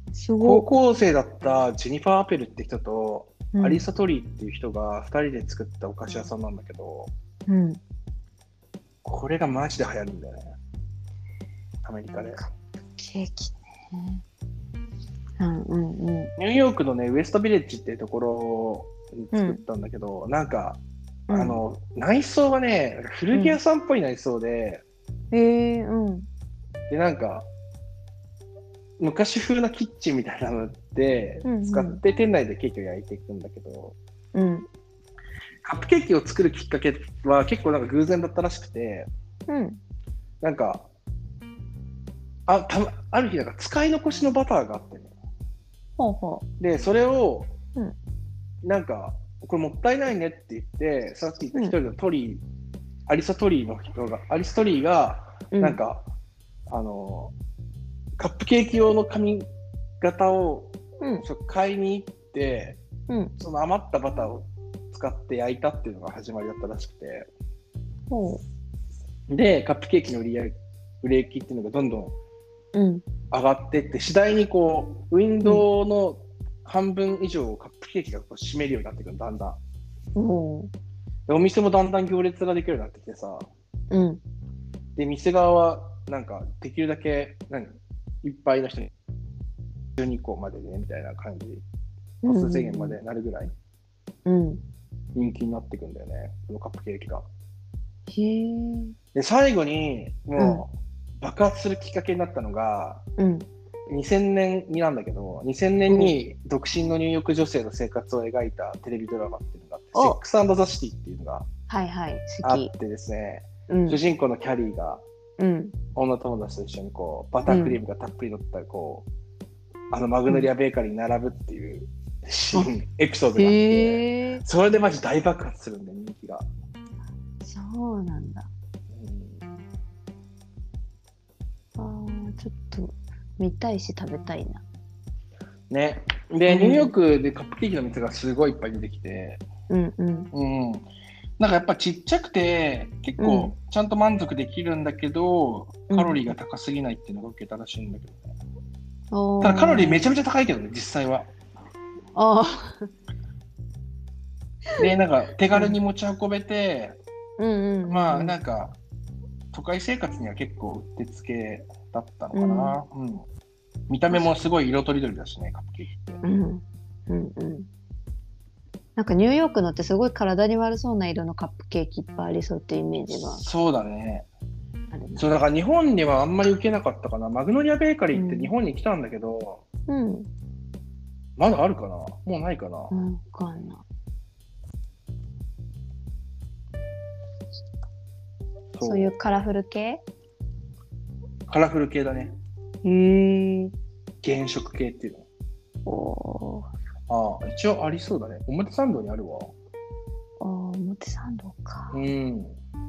すごい。 高校生だったジェニファー・アペルって人と、うん、アリサ・トリーっていう人がふたりで作ったお菓子屋さんなんだけど、 うん、 これがマジで流行るんだよね、アメリカで。 カップケーキね。うんうんうん。 ニューヨークのね、ウエストビレッジっていうところに作ったんだけど、うん、なんか、うん、あの内装がね、古着屋さんっぽい内装で、 うん、へえ、うん。 で、なんか、昔風なキッチンみたいなので使って店内でケーキを焼いていくんだけど、 うん、 カップケーキを作るきっかけは結構なんか偶然だったらしくて、 うん、 なんか あ, たある日なんか使い残しのバターがあってね、 ほうほうでそれを、 うん、 なんかこれもったいないねって言って、さっき言った一人のトリー、うん、アリサトリーの人がアリサトリーがなんか、うん、あのカップケーキ用の髪型を買いに行って、うん、その余ったバターを使って焼いたっていうのが始まりだったらしくて、うん、でカップケーキの売り上げ売れ行きっていうのがどんどん上がってって、次第にこうウィンドウの半分以上をカップケーキがこう占めるようになってくる、だんだん、うん、でお店もだんだん行列ができるようになってきてさ、うん、で店側はなんかできるだけ何いっぱいの人にじゅうにこまでねみたいな感じ、個数制限までなるぐらい人気になっていくんだよね、このカップケーキが。 へー。 で最後にもう爆発するきっかけになったのが、うん、にせんねんになんだけど、にせんねんに独身のニューヨーク女性の生活を描いたテレビドラマっていうのがあって、セックス&ザ・シティっていうのがあってですね、はいはい、主人公のキャリーがうん、女友達と一緒にこうバタークリームがたっぷり乗ったこう、うん、あのマグノリアベーカリーに並ぶっていうシーン、うん、エピソードがあって、それでマジ大爆発するんだよ、人気が。 そうなんだ、うん、あちょっと見たいし食べたいなね。で、うん、ニューヨークでカップケーキの店がすごいいっぱい出てきて、うんうんうん、なんかやっぱちっちゃくて結構ちゃんと満足できるんだけど、うん、カロリーが高すぎないっていうのが受けたらしいんだけどね。ただカロリーめちゃめちゃ高いけどね、実際は。あで、なんか手軽に持ち運べて、うんうんうん、まあなんか都会生活には結構うってつけだったのかな、うんうん、見た目もすごい色とりどりだしね、カップケーキって、うんうんうん、 なんかニューヨークのってすごい体に悪そうな色のカップケーキいっぱいありそうっていうイメージが。 そうだね。そうだから日本にはあんまり受けなかったかな。マグノリアベーカリーって日本に来たんだけど、うん、まだあるかな、もうないかな。 うんかな。そう、そういうカラフル系？ カラフル系だね。 へー。 原色系っていうの。 おー。 ああ、一応ありそうだね。表参道にあるわ。 ああ、表参道か。 うん。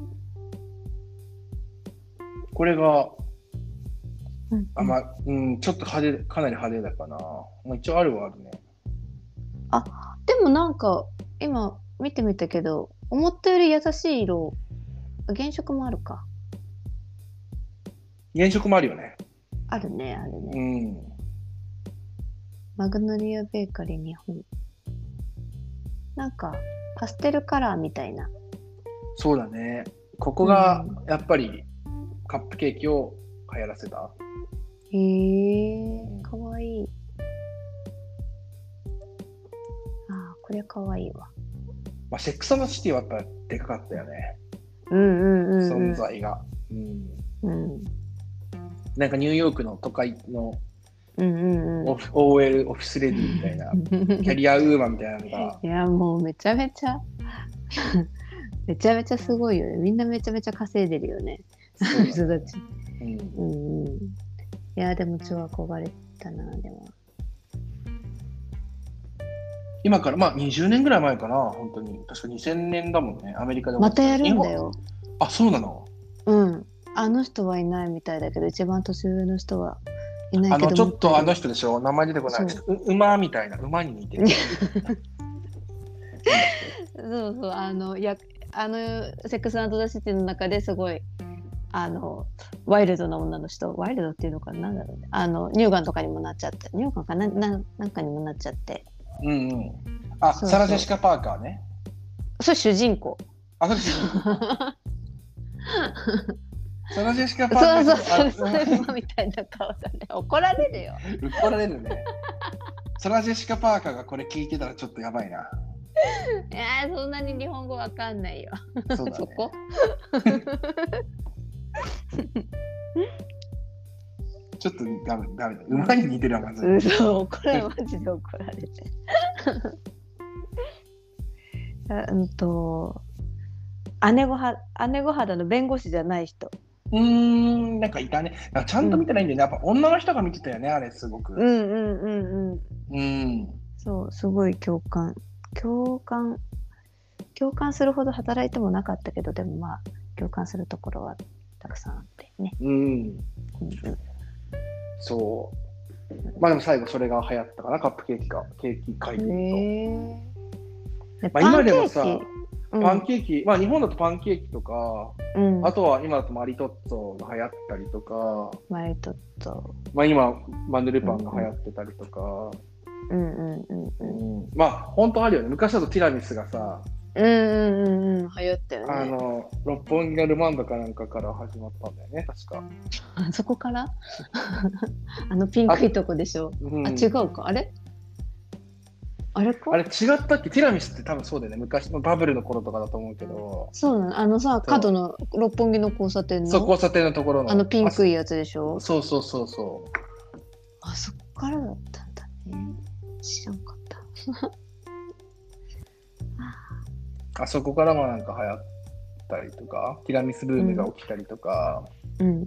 これが、うん、あまあ、うん、ちょっと派手、かなり派手だかな。もう一応あるはあるね。 あ、でもなんか今見てみたけど、思ったより優しい色、原色もあるか。 原色もあるよね。 あるね、あるね。 うん。 マグノリアベーカリー日本。なんかパステルカラーみたいな。 そうだね。ここがやっぱりカップケーキを流行らせた。 へえ、かわいい。ああ、これかわいいわ。 まあ、セックス&シティはやっぱでかかったよね。 うんうんうん、うん、 存在が。うん。 うん。 なんかニューヨークの都会のうんうんうん、 オフ オーエル オフィスレディみたいなキャリアウーマンみたいなのがいやもうめちゃめちゃめちゃめちゃすごいよね。みんなめちゃめちゃ稼いでるよね、そういう人たち、うんうんうん、いやでも超憧れたな。でも今からまあにじゅうねんぐらい前かな、本当に確かにせんねんだもんね、アメリカでも。 またやるんだよ。 あ、そうなの。 うん、あの人はいないみたいだけど、一番年上の人はいないけど、 あのちょっとあの人でしょ、名前出てこない。う馬みたいな、馬に似てる。 そうそう、あのやあのセックス&ザシティの中ですごいあのワイルドな女の人、ワイルドっていうのかな、なんだろうね、あの乳がんとかにもなっちゃって、乳がんかな、ななんかにもなっちゃって、 うんうん、あ、そうそう、サラ・ジェシカ・パーカーね。 それ主人公。 あ、それ主人公。サラ・ジェシカ・パーカー。 そうそうそう、それ馬みたいな顔だね。怒られるよ。 怒られるね。サラ・ジェシカ・パーカーがこれ聞いてたらちょっとやばいな。 いや、そんなに日本語わかんないよ。 そうだね。そこちょっとダメダメだ。馬に似てるわ、まず。 うそ、これマジで怒られて。うんと、姉御は姉御肌の弁護士じゃない人。 うーん、なんかいたね。なんかちゃんと見てないんだよね。やっぱ女の人が見てたよね、あれすごく。 うんうんうんうん。 うん。 そう、すごい共感。共感。共感するほど働いてもなかったけど、でもまあ共感するところはたくさんあってね。 うん。うん、そう。まあでも最後それが流行ったかな、カップケーキか、ケーキ会議と。 へまあ、今でもさ、パンケーキ、うん、まあ日本だとパンケーキとか、うん、あとは今だとマリトッツォが流行ったりとか、 マリトッツォ。 まあ今マヌルパンが流行ってたりとか、 うんうんうんうん。 まあ本当あるよね。昔だとティラミスがさ、 うんうんうんうん、流行ったよね。 あの六本木のルマンドかなんかから始まったんだよね、確か。 あそこからあのピンクいとこでしょ。あ、うん、あ違うか、あれあれかあれ違ったっけ？ティラミスって多分そうだよね。昔のバブルの頃とかだと思うけど。 そうなの、あのさ、角の六本木の交差点の。 そう、交差点のところの。 あのピンクいやつでしょ。 そうそうそうそう。 あそこからだったんだね。知らんかった。 あそこからもなんか流行ったりとか、ティラミスブームが起きたりとか。うん。うん、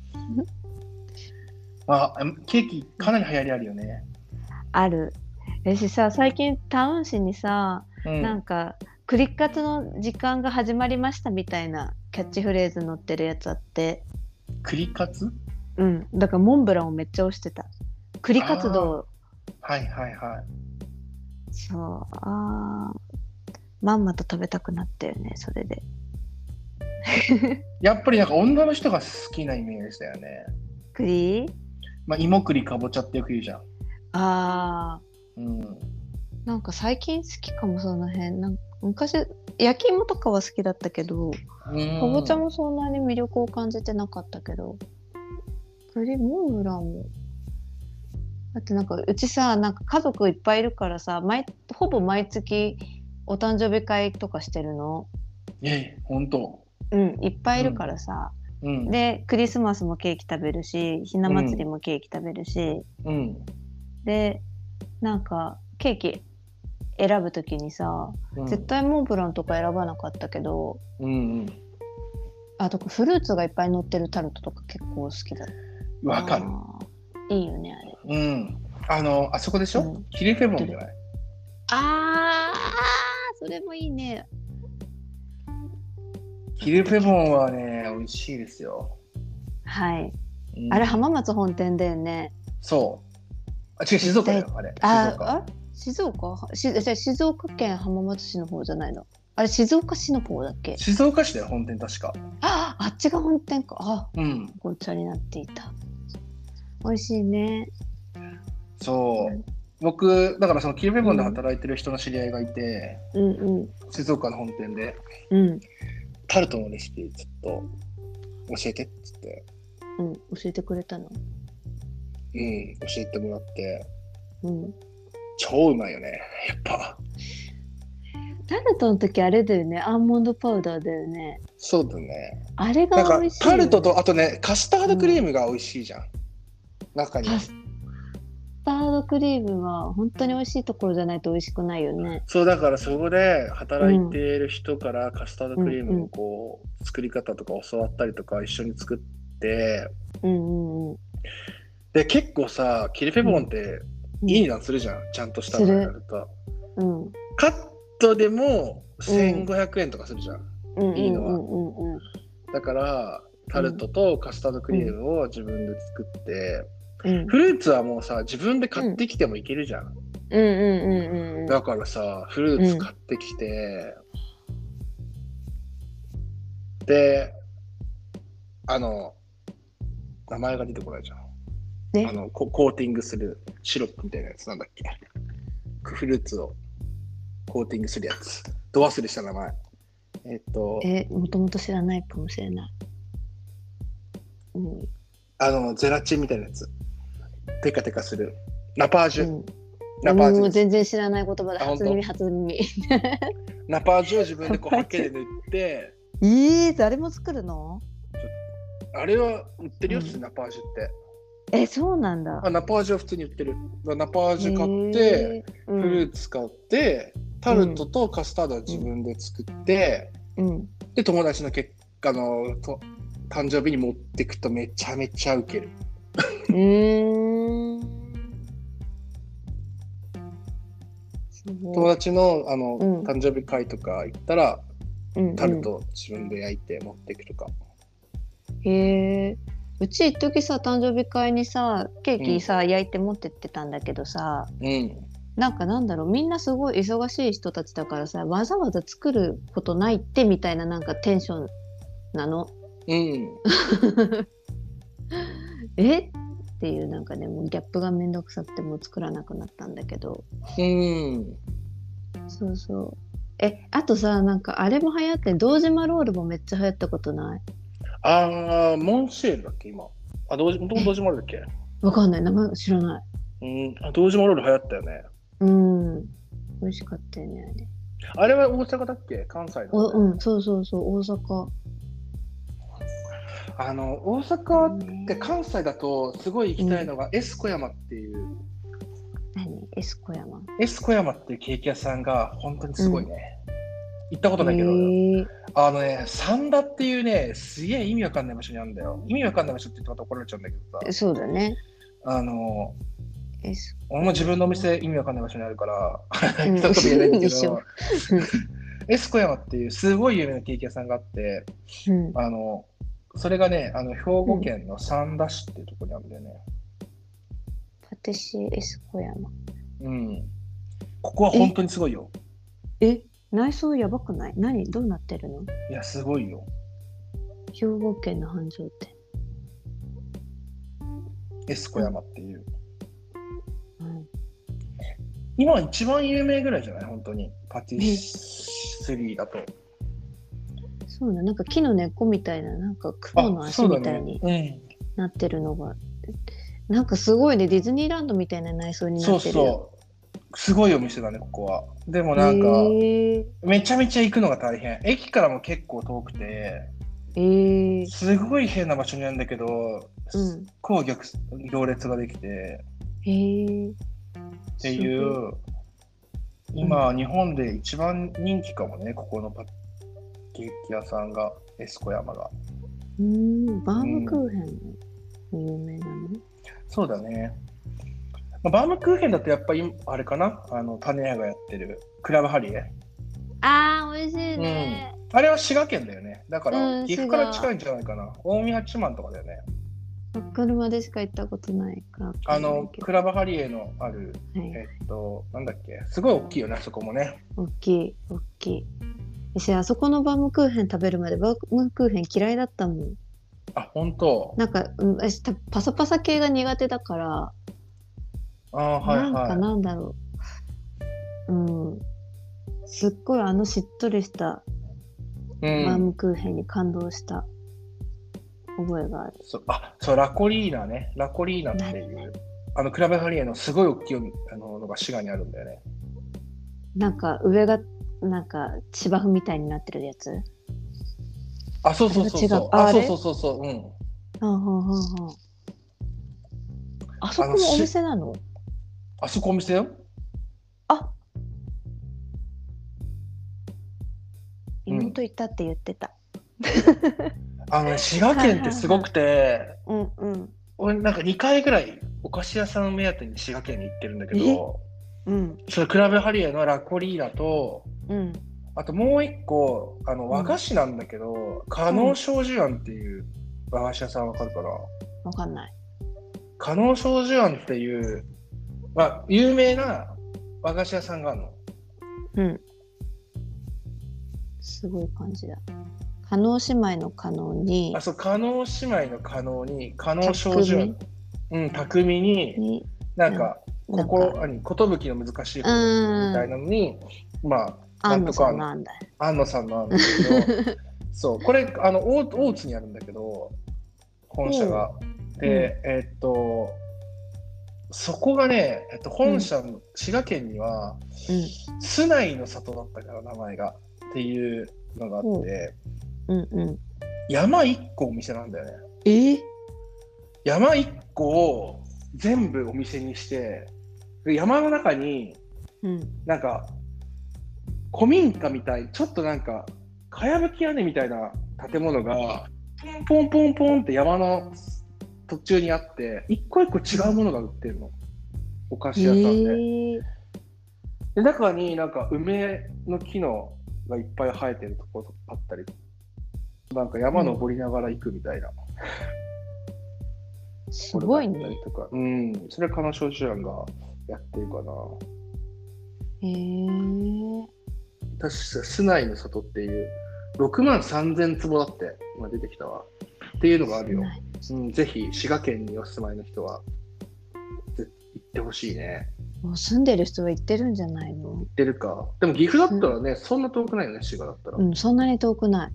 あ、ケーキかなり流行りあるよね。 ある。私さ、最近タウン誌にさ、うん、なんかクリカツの時間が始まりましたみたいなキャッチフレーズ載ってるやつあって。 クリカツ？ うん、だからモンブランをめっちゃ推してた。クリ活動。 はいはいはい。 そう、あー、まんまと食べたくなったよね、それで。 やっぱりなんか女の人が好きなイメージだよね。 栗？ まあ芋栗かぼちゃってよく言うじゃん。 あー。うん、なんか最近好きかも、その辺。なんか昔焼き芋とかは好きだったけど、かぼちゃもそんなに魅力を感じてなかったけど、栗モンブランもだってなんかうちさ、なんか家族いっぱいいるからさ、毎ほぼ毎月お誕生日会とかしてるの。 え、本当？ うん、いっぱいいるからさ、うん、でクリスマスもケーキ食べるし、ひな祭りもケーキ食べるし、うん、でなんかケーキ選ぶときにさ、うん、絶対モンブランとか選ばなかったけど、うんうん、あとフルーツがいっぱい乗ってるタルトとか結構好きだった。 わかる。 いいよね、あれ。 うん。あのあそこでしょ？うん、キリフェボンじゃない？ あー、それもいいね。 キリフェボンはね、美味しいですよ。 はい。うん、あれ浜松本店だよね。 そう。あ、違う、静岡だよ、あれ。 あ、静岡。あ、静岡？し、じゃ静岡県浜松市の方じゃないの？あれ静岡市の方だっけ？ 静岡市だよ、本店確か。 あ、あっちが本店か。あ、 うん。 ごちゃになっていた。美味しいね。 そう。うん、僕だからそのキルフェボンで働いてる人の知り合いがいて、うんうん、静岡の本店で、うん、タルトのレシピちょっと教えてっつって、 うん、教えてくれたの？ うん、教えてもらって、うん、超うまいよね、やっぱ。 タルトの時あれだよね、アーモンドパウダーだよね。 そうだね。 あれが美味しいよね。 なんかタルトとあとね、カスタードクリームが美味しいじゃん、うん、中に。カスタードクリームは本当に美味しいところじゃないと美味しくないよね。 そうだからそこで働いている人からカスタードクリームのこう、うん、作り方とか教わったりとか一緒に作って、うんうんうん、で結構さキルフェボンっていい値段するじゃん、うん、ちゃんとしたのやると、うん、カットでもせんごひゃくえんとかするじゃん、うん、いいのは、うんうんうんうん、だからタルトとカスタードクリームを自分で作って、うん、フルーツはもうさ自分で買ってきてもいけるじゃん、うんうんうんうん、だからさフルーツ買ってきて、うん、であの名前が出てこないじゃん。 ね、 あのコーティングするシロップみたいなやつなんだっけ。フルーツをコーティングするやつ。ど忘れした名前。えっと。 え、もともと知らないかもしれない。うん、 あのゼラチンみたいなやつ。テカテカする。ナパージュ。うん、 ナパージュ。もう全然知らない言葉で初耳初耳。 ナパージュを自分でこうハケで塗って。 えー、誰も作るの？ あれは売ってるよ、うん、ナパージュって。 え、そうなんだ。 あ、ナパージュは普通に売ってる。ナパージュ買って、うん、フルーツ買って、タルトとカスタードは自分で作って、うん、で友達の結果のと誕生日に持ってくとめちゃめちゃウケる。うーん。友達のあの、うん、誕生日会とか行ったら、うんうん、タルト自分で焼いて持っていくとか。 へえ。うち一時さ誕生日会にさケーキさ、うん、焼いて持ってってたんだけどさ、うん、なんかなんだろう、みんなすごい忙しい人たちだからさ、わざわざ作ることないってみたいななんかテンションなの。うん、えっていうなんかね、もうギャップがめんどくさってもう作らなくなったんだけど。うん。そうそう。え、あとさ、なんかあれも流行って、堂島ロールもめっちゃ流行ったことない？ あー、モンシェールだっけ今。あ、どうもともと堂島ロールだっけ？ わかんない、名前知らない。 うん、あ、堂島ロール流行ったよね。 うん、美味しかったよね、あれ。 あれは大阪だっけ？関西の、ね。 うん、そうそうそう、大阪。 あの大阪って関西だとすごい行きたいのが、うん、エス小山っていう。 何？エス小山。 エス小山っていうケーキ屋さんが本当にすごいね。うん、行ったことないけど、あのね、三田っていうね、すげえ意味わかんない場所にあるんだよ。意味わかんない場所って言って怒られちゃうんだけどさ。 そうだね。 あの、俺も自分のお店意味わかんない場所にあるから、一言言えないんだけど、エス小山っていうすごい有名なケーキ屋さんがあって、うん、あの、それがね、あの兵庫県の三田市っていうところにあるんだよね。 パティシエエス小山。 うん。ここは本当にすごいよ。 え、え内装やばくない？何？どうなってるの？ いや、すごいよ。 兵庫県の繁盛店。 エス小山っていう。うん、今一番有名ぐらいじゃない？本当に。パティスリーだと。 そうだ、なんか木の根っこみたいな、なんか雲の足みたいになってるのが、ね、うん、なんかすごいね、ディズニーランドみたいな内装になってるよ。そうそう、すごいお店だね、ここは。でもなんかめちゃめちゃ行くのが大変。駅からも結構遠くて、えー、すごい変な場所にあるんだけど、うん、こう逆行列ができて、えー、っていう今、うん、日本で一番人気かもね、ここのパケーキ屋さんが、エス小山が。 うーん、バームクーヘン有名なの？うん、 そうだね。まあ、バームクーヘンだとやっぱりあれかな、あの種屋がやってるクラブハリエ。 あー、美味しいね、 うん。あれは滋賀県だよね。だから、うん、岐阜から近いんじゃないかな。近江八幡とかだよね。 車でしか行ったことないか。 あのクラブハリエのある、はい、えっとなんだっけ、すごい大きいよね、そこもね。 大きい大きい。私あそこのバームクーヘン食べるまでバームクーヘン嫌いだったもん。 あ、本当。 なんか、うん、私パサパサ系が苦手だから。 あ、はいはい。 なんかなんだろう。うん。すっごいあのしっとりしたバームクーヘンに感動した覚えがある。 うん、そあ、そうラコリーナね。ラコリーナっていうあのクラブハリエのすごい大きいあののが滋賀にあるんだよね。 なんか上がなんか芝生みたいになってるやつ。 あ、そうそうそうそう。あ、そうそうそうそう。うん。 はんはんはんはん。あそこもお店なの？ あそこお店よ。 あ。妹行ったって言ってた。 うん、あの滋賀県ってすごくて、 うんうん。 俺なんかにかいぐらいお菓子屋さん目当てに滋賀県に行ってるんだけど、うん、それクラブハリエのラコリーナと。うん、あともう一個あの和菓子なんだけど、うん、加納正寿庵っていう和菓子屋さんわかるかな？ わかんない。 加納正寿庵っていう、まあ、有名な和菓子屋さんがあるの。 うん。すごい感じだ。 加納姉妹の加納に、 あ、そう、加納姉妹の加納に、加納少女、うん、匠に、になんか、心、あに、ことぶきの難しいことみたいなのに、まあ、なんとか、安野さんのなんだけど、そう、これ、あの、大, 大津にあるんだけど、本社が。で、うん、えー、っと、そこがね、えっと、本社の、うん、滋賀県には、うん、須内の里だったから、名前が。っていうのがあって、 うんうん、 山いっこお店なんだよね。 えー、 山いっこを全部お店にして、山の中に、うん、なんか、古民家みたい、ちょっとなんか、かやぶき屋根みたいな建物が、ポンポンポンって山の途中にあって、一個一個違うものが売ってるの。お菓子屋さんで。えー、で中になんか梅の木のがいっぱい生えてるところあったり、なんか山登りながら行くみたいな。 うん、すごいね。 とか、うん、それは加納少女庵がやってるかな。 へえー。 確か須内の里っていうろくまんさんぜんつぼだって今出てきたわっていうのがあるよ。うん、ぜひ滋賀県にお住まいの人は行ってほしいね。 もう住んでる人は行ってるんじゃないの？ 行ってるか。でも岐阜だったらね、うん、そんな遠くないよね、滋賀だったら。 うん、そんなに遠くない。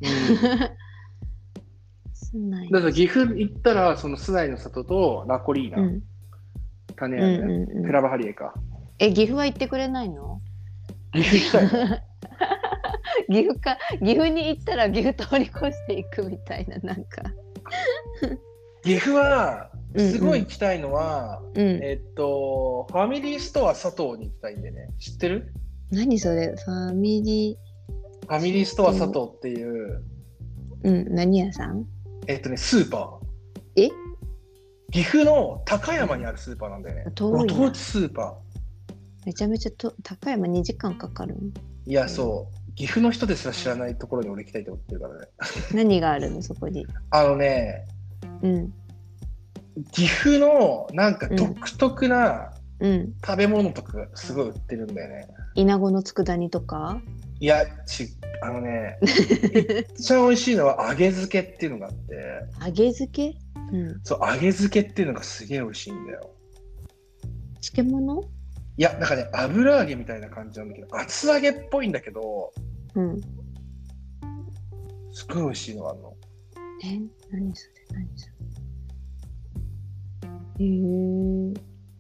うん、だから岐阜行ったらその須内の里とラコリーナ、うん、種屋ね、うんうんうん、クラブハリエか。 え、岐阜は行ってくれないの？ 岐阜行きたい岐阜か、岐阜に行ったら岐阜通り越していくみたいな、なんか岐阜はすごい行きたいのは、うんうん、えっとファミリーストア佐藤に行きたいんでね。知ってる？ 何それ？ファミリーファミリーストア佐藤っていう、 うん、何屋さん？ えっとね、スーパー。え？ 岐阜の高山にあるスーパーなんだよね。ご当地スーパー。 めちゃめちゃと高山にじかんかかるの？ いや、そう岐阜の人ですら知らないところに俺行きたいと思ってるからね。 何があるのそこに？ あのね、うん、岐阜のなんか独特な食べ物とかすごい売ってるんだよね。 イナゴの佃煮とか？ いや、ちあのね一番美味しいのは揚げ漬けっていうのがあって。 揚げ漬け？うん、 そう、揚げ漬けっていうのがすげえ美味しいんだよ。 漬物？ いや、なんかね、油揚げみたいな感じなんだけど、厚揚げっぽいんだけど、うん、すごい美味しいのあるの。 え、何それ、何それ。へー。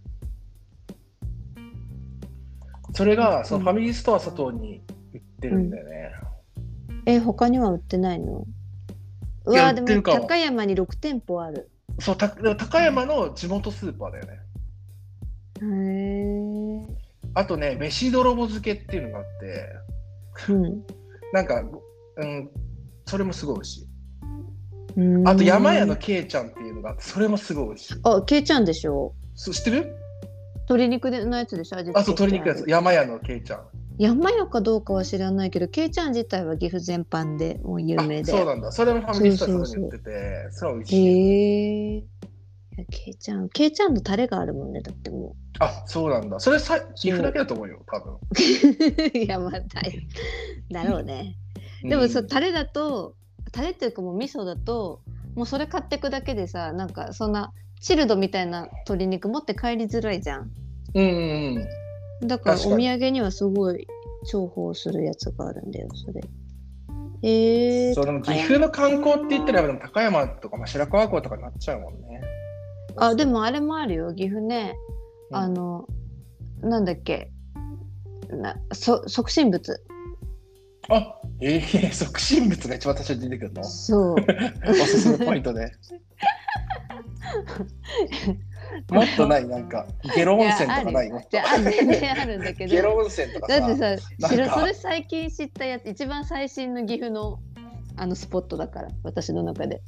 それが、そのファミリーストア佐藤に売ってるんだよね。 うん、え、他には売ってないの？うわ、でも高山にろくてんぽある。 そう、た高山の地元スーパーだよね。 へー。 あとね、飯泥棒漬けっていうのがあって、うん、なんか、うん、それもすごい美味しい。あと山屋のけいちゃんっていうのがあって、それもすごい美味しい。 あ、けいちゃんでしょ？ そう、知ってる？ 鶏肉のやつでしょ？味付け。 あ、そう、鶏肉のやつ。山屋のけいちゃん。 山屋かどうかは知らないけど、けいちゃん自体は岐阜全般でもう有名で。 そうなんだ。それもファミリーストアに売ってて、それは美味しい。 へえ。けいちゃん、けいちゃんのタレがあるもんね、だってもう。 あ、そうなんだ。それさ岐阜だけだと思うよ、多分。 いや、まあ、だろうね。でも、うん、そうタレだと、タレっていうかもう味噌だと、もうそれ買ってくだけでさ、なんかそんなチルドみたいな鶏肉持って帰りづらいじゃん。 うんうんうん。だからお土産にはすごい重宝するやつがあるんだよ、それ。へえ。 そう、でも岐阜の観光って言ったら、でも高山とか、まあ、白川郷とかになっちゃうもんね。 あ、でもあれもあるよ、岐阜ね。うん、あの、なんだっけ、なそ促進物。 あ、えー、促進物が一番最初に出てくるの？ そう。 おすすめポイントで。もっとない、なんかゲロ温泉とかないの？ じゃあ全然あるんだけど。 ゲロ温泉とかさ。 だってさ、それ最近知ったやつ、一番最新の岐阜のあのスポットだから、私の中で。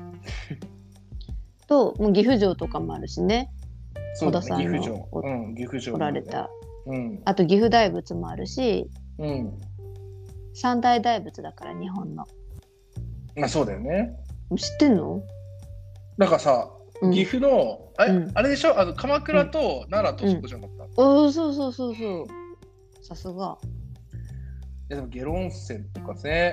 と、もう岐阜城とかもあるしね。 そうだね、岐阜城。うん、岐阜城、ね。 来られた。 うん。 あと岐阜大仏もあるし。 うん。 三大大仏だから日本の。 まあそうだよね。 知ってんの？ なんかさ、うん、岐阜のあれ、うん、あれでしょ？あの鎌倉と奈良とそこじゃなかった？ うん、お、そうそうそうそう。さすが。 いやでも下呂温泉とかね、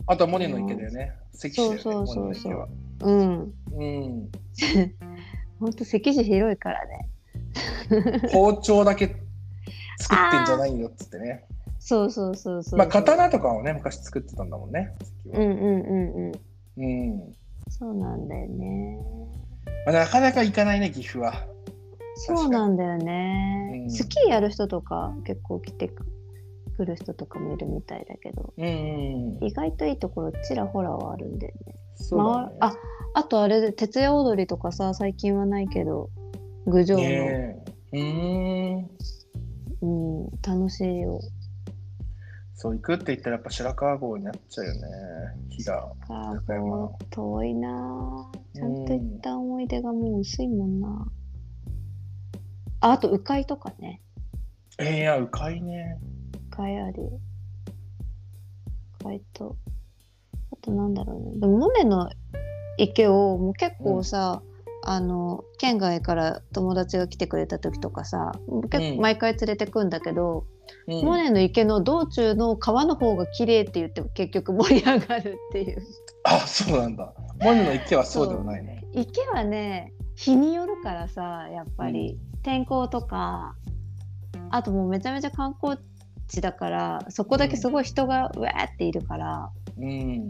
あとはモネの池だよね。関市だよね。 そうそうそうそう。 モネの池は。 うん。 うん。 ほんと関市広いからね。 包丁だけ作ってんじゃないよっつってね。 そうそうそうそう。 まあ刀とかをね昔作ってたんだもんね。 うんうんうんうん。 うん。 そうなんだよね。 まあ、なかなか行かないね岐阜は。 そうなんだよね、うん、スキーやる人とか結構来てくる人とかもいるみたいだけど、うんうん、意外といいところちらほらはあるんだよね。そうだね、まあ、あ、あとあれで徹夜踊りとかさ最近はないけど郡上の、ね、うーん、うん、楽しいよ。 そう行くって言ったらやっぱ白川郷になっちゃうよね。日が白川郷遠いな。ちゃんと行った思い出がもう薄いもんな。あ, あと鵜飼とかね。 えー、いや鵜飼ね。 鵜飼あるよ。鵜飼とあとなんだろうね。でもモネの池をもう結構さ、うん、あの県外から友達が来てくれた時とかさ結構毎回連れてくんだけど、うん、モネの池の道中の川の方が綺麗って言っても結局盛り上がるっていう。 あ、そうなんだ。モネの池はそうでもないね。 池はね日によるからさやっぱり、うん、天候とかあともうめちゃめちゃ観光地だからそこだけすごい人がうわーっているから、うん、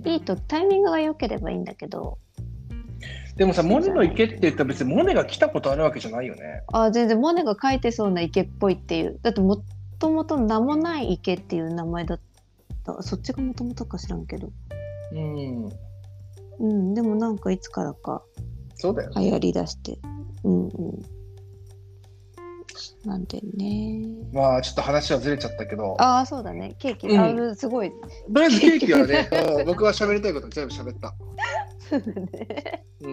いいとタイミングが良ければいいんだけど。 でもさモネの池って言ったら別にモネが来たことあるわけじゃないよね。 あ、全然モネが描いてそうな池っぽいっていう。だってもともと名もない池っていう名前だった。そっちがもともとか知らんけど、うんうん、でもなんかいつからかそうだよ、ね、 流行りだしてうんうんなんでね。 まあちょっと話はずれちゃったけど。 ああそうだねケーキ、うん、あすごい。 とりあえずケーキはね僕は喋りたいこと全部喋った。そうだね。うん。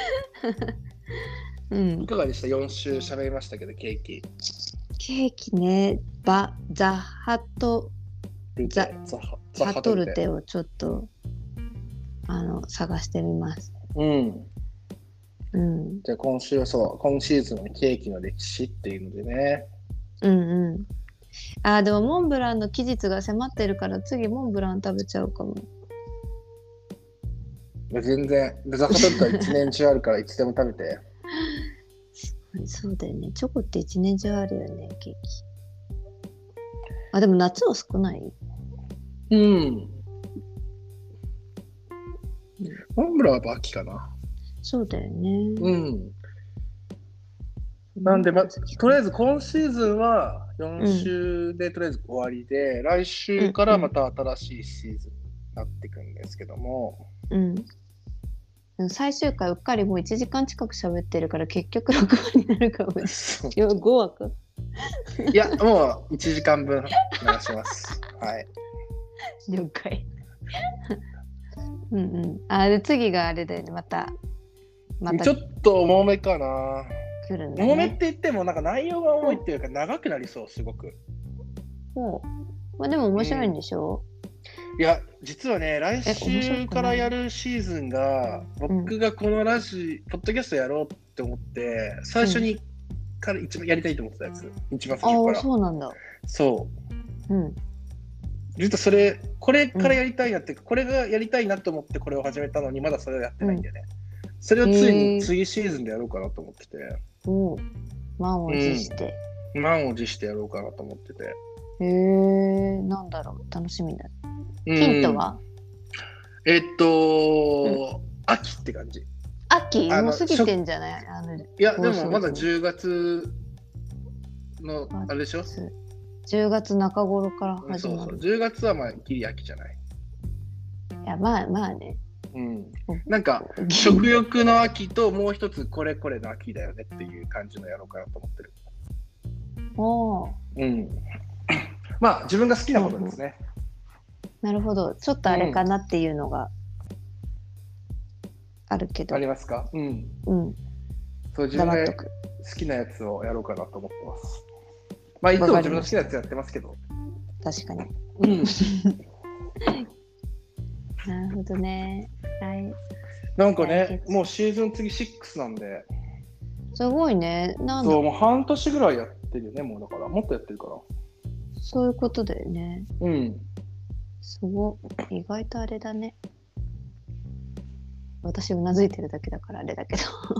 うん。いかがでした？よん週喋りましたけどケーキ。 ケーキねバザハトザザハトルテをちょっとあの探してみます。うん。 うん、じゃあ今週はそう今シーズンのケーキの歴史っていうのでね。 うんうん。あーでもモンブランの期日が迫ってるから次モンブラン食べちゃうかも。 全然ザハトルテは一年中あるからいつでも食べて。 そうだよね。チョコって一年中あるよねケーキ。あでも夏は少ない。うん。うん、 モンブランは秋かな。 そうだよね。うん。 なんで、ま、とりあえず今シーズンはよん週でとりあえず終わりで、うん、来週からまた新しいシーズンになっていくんですけども、 うん、最終回うっかりもういちじかん近く喋ってるから結局ろくわになるかもしれない。ごわかいやもういちじかんぶん流します。はい。 了解。うんうん。あで次があれだよねまた。 ま、ちょっと重めかな。 来るんだね。 重めって言ってもなんか内容が重いっていうか長くなりそうすごく。 ほう。まあでも面白いんでしょ？ うん、いや実はね来週からやるシーズンが僕がこのラジ、うん、ポッドキャストやろうって思って最初にから一番やりたいと思ってたやつ、うん、一番最初から。ああそうなんだ。そう。うん。実はそれこれからやりたいなって、うん、これがやりたいなと思ってこれを始めたのにまだそれをやってないんだよね。うんそれをついに次シーズンでやろうかなと思ってて、 お満を持して、 うん、満を持してやろうかなと思ってて。 へえ、なんだろう楽しみだ。ヒントは？ えっと、うん、秋って感じ。 秋もう過ぎてんじゃない？あのいやでもまだじゅうがつのあれでしょ？ じゅうがつ中頃から始まる。 そうそうじゅうがつはまあギリ秋じゃない。 いやまあまあね。 うん、なんか食欲の秋ともう一つこれこれの秋だよねっていう感じのやろうかなと思ってる。おー、うん、まあ自分が好きなことですね、 うん、なるほどちょっとあれかなっていうのがあるけど、 うん、ありますか？うん、うん、そう自分が好きなやつをやろうかなと思ってます。まあいつも自分の好きなやつやってますけど確かに、うんなるほどね。はい。 なんかね、もうシーズン次ろくなんで。 すごいね。なんだ。 そう、もう半年ぐらいやってるよね、もうだから。もっとやってるから。 そういうことだよね。うん。 すごい。意外とあれだね。私うなずいてるだけだからあれだけ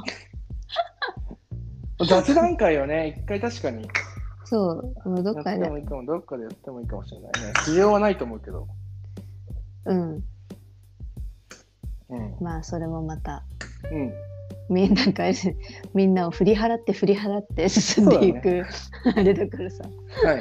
ど。雑談会をね、一回確かに。 そう、もうどっかで。 やってもいいかも、どっかでやってもいいかもしれないね。需要はないと思うけど。 うん。 うん、 まあそれもまた。 うん。 みんながみんなを振り払って振り払って進んでいく、ね、あれだからさ。はい。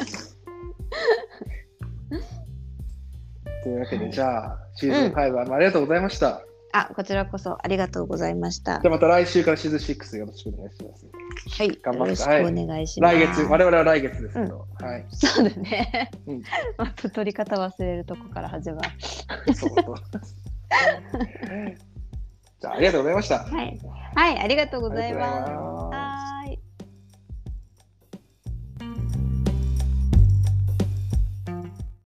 というわけで、じゃあシーズンファイブ、うん、ありがとうございました。 あ、こちらこそありがとうございました。 じゃあまた来週からシーズンシックスよろしくお願いします。 はい、頑張ってよろしくお願いします。 はい、来月、我々は来月ですけど、うん、はい。 そうだね。うん、また取り方忘れるとこから始まる。そうそう。 じゃあありがとうございました。 はい、はい、ありがとうございます。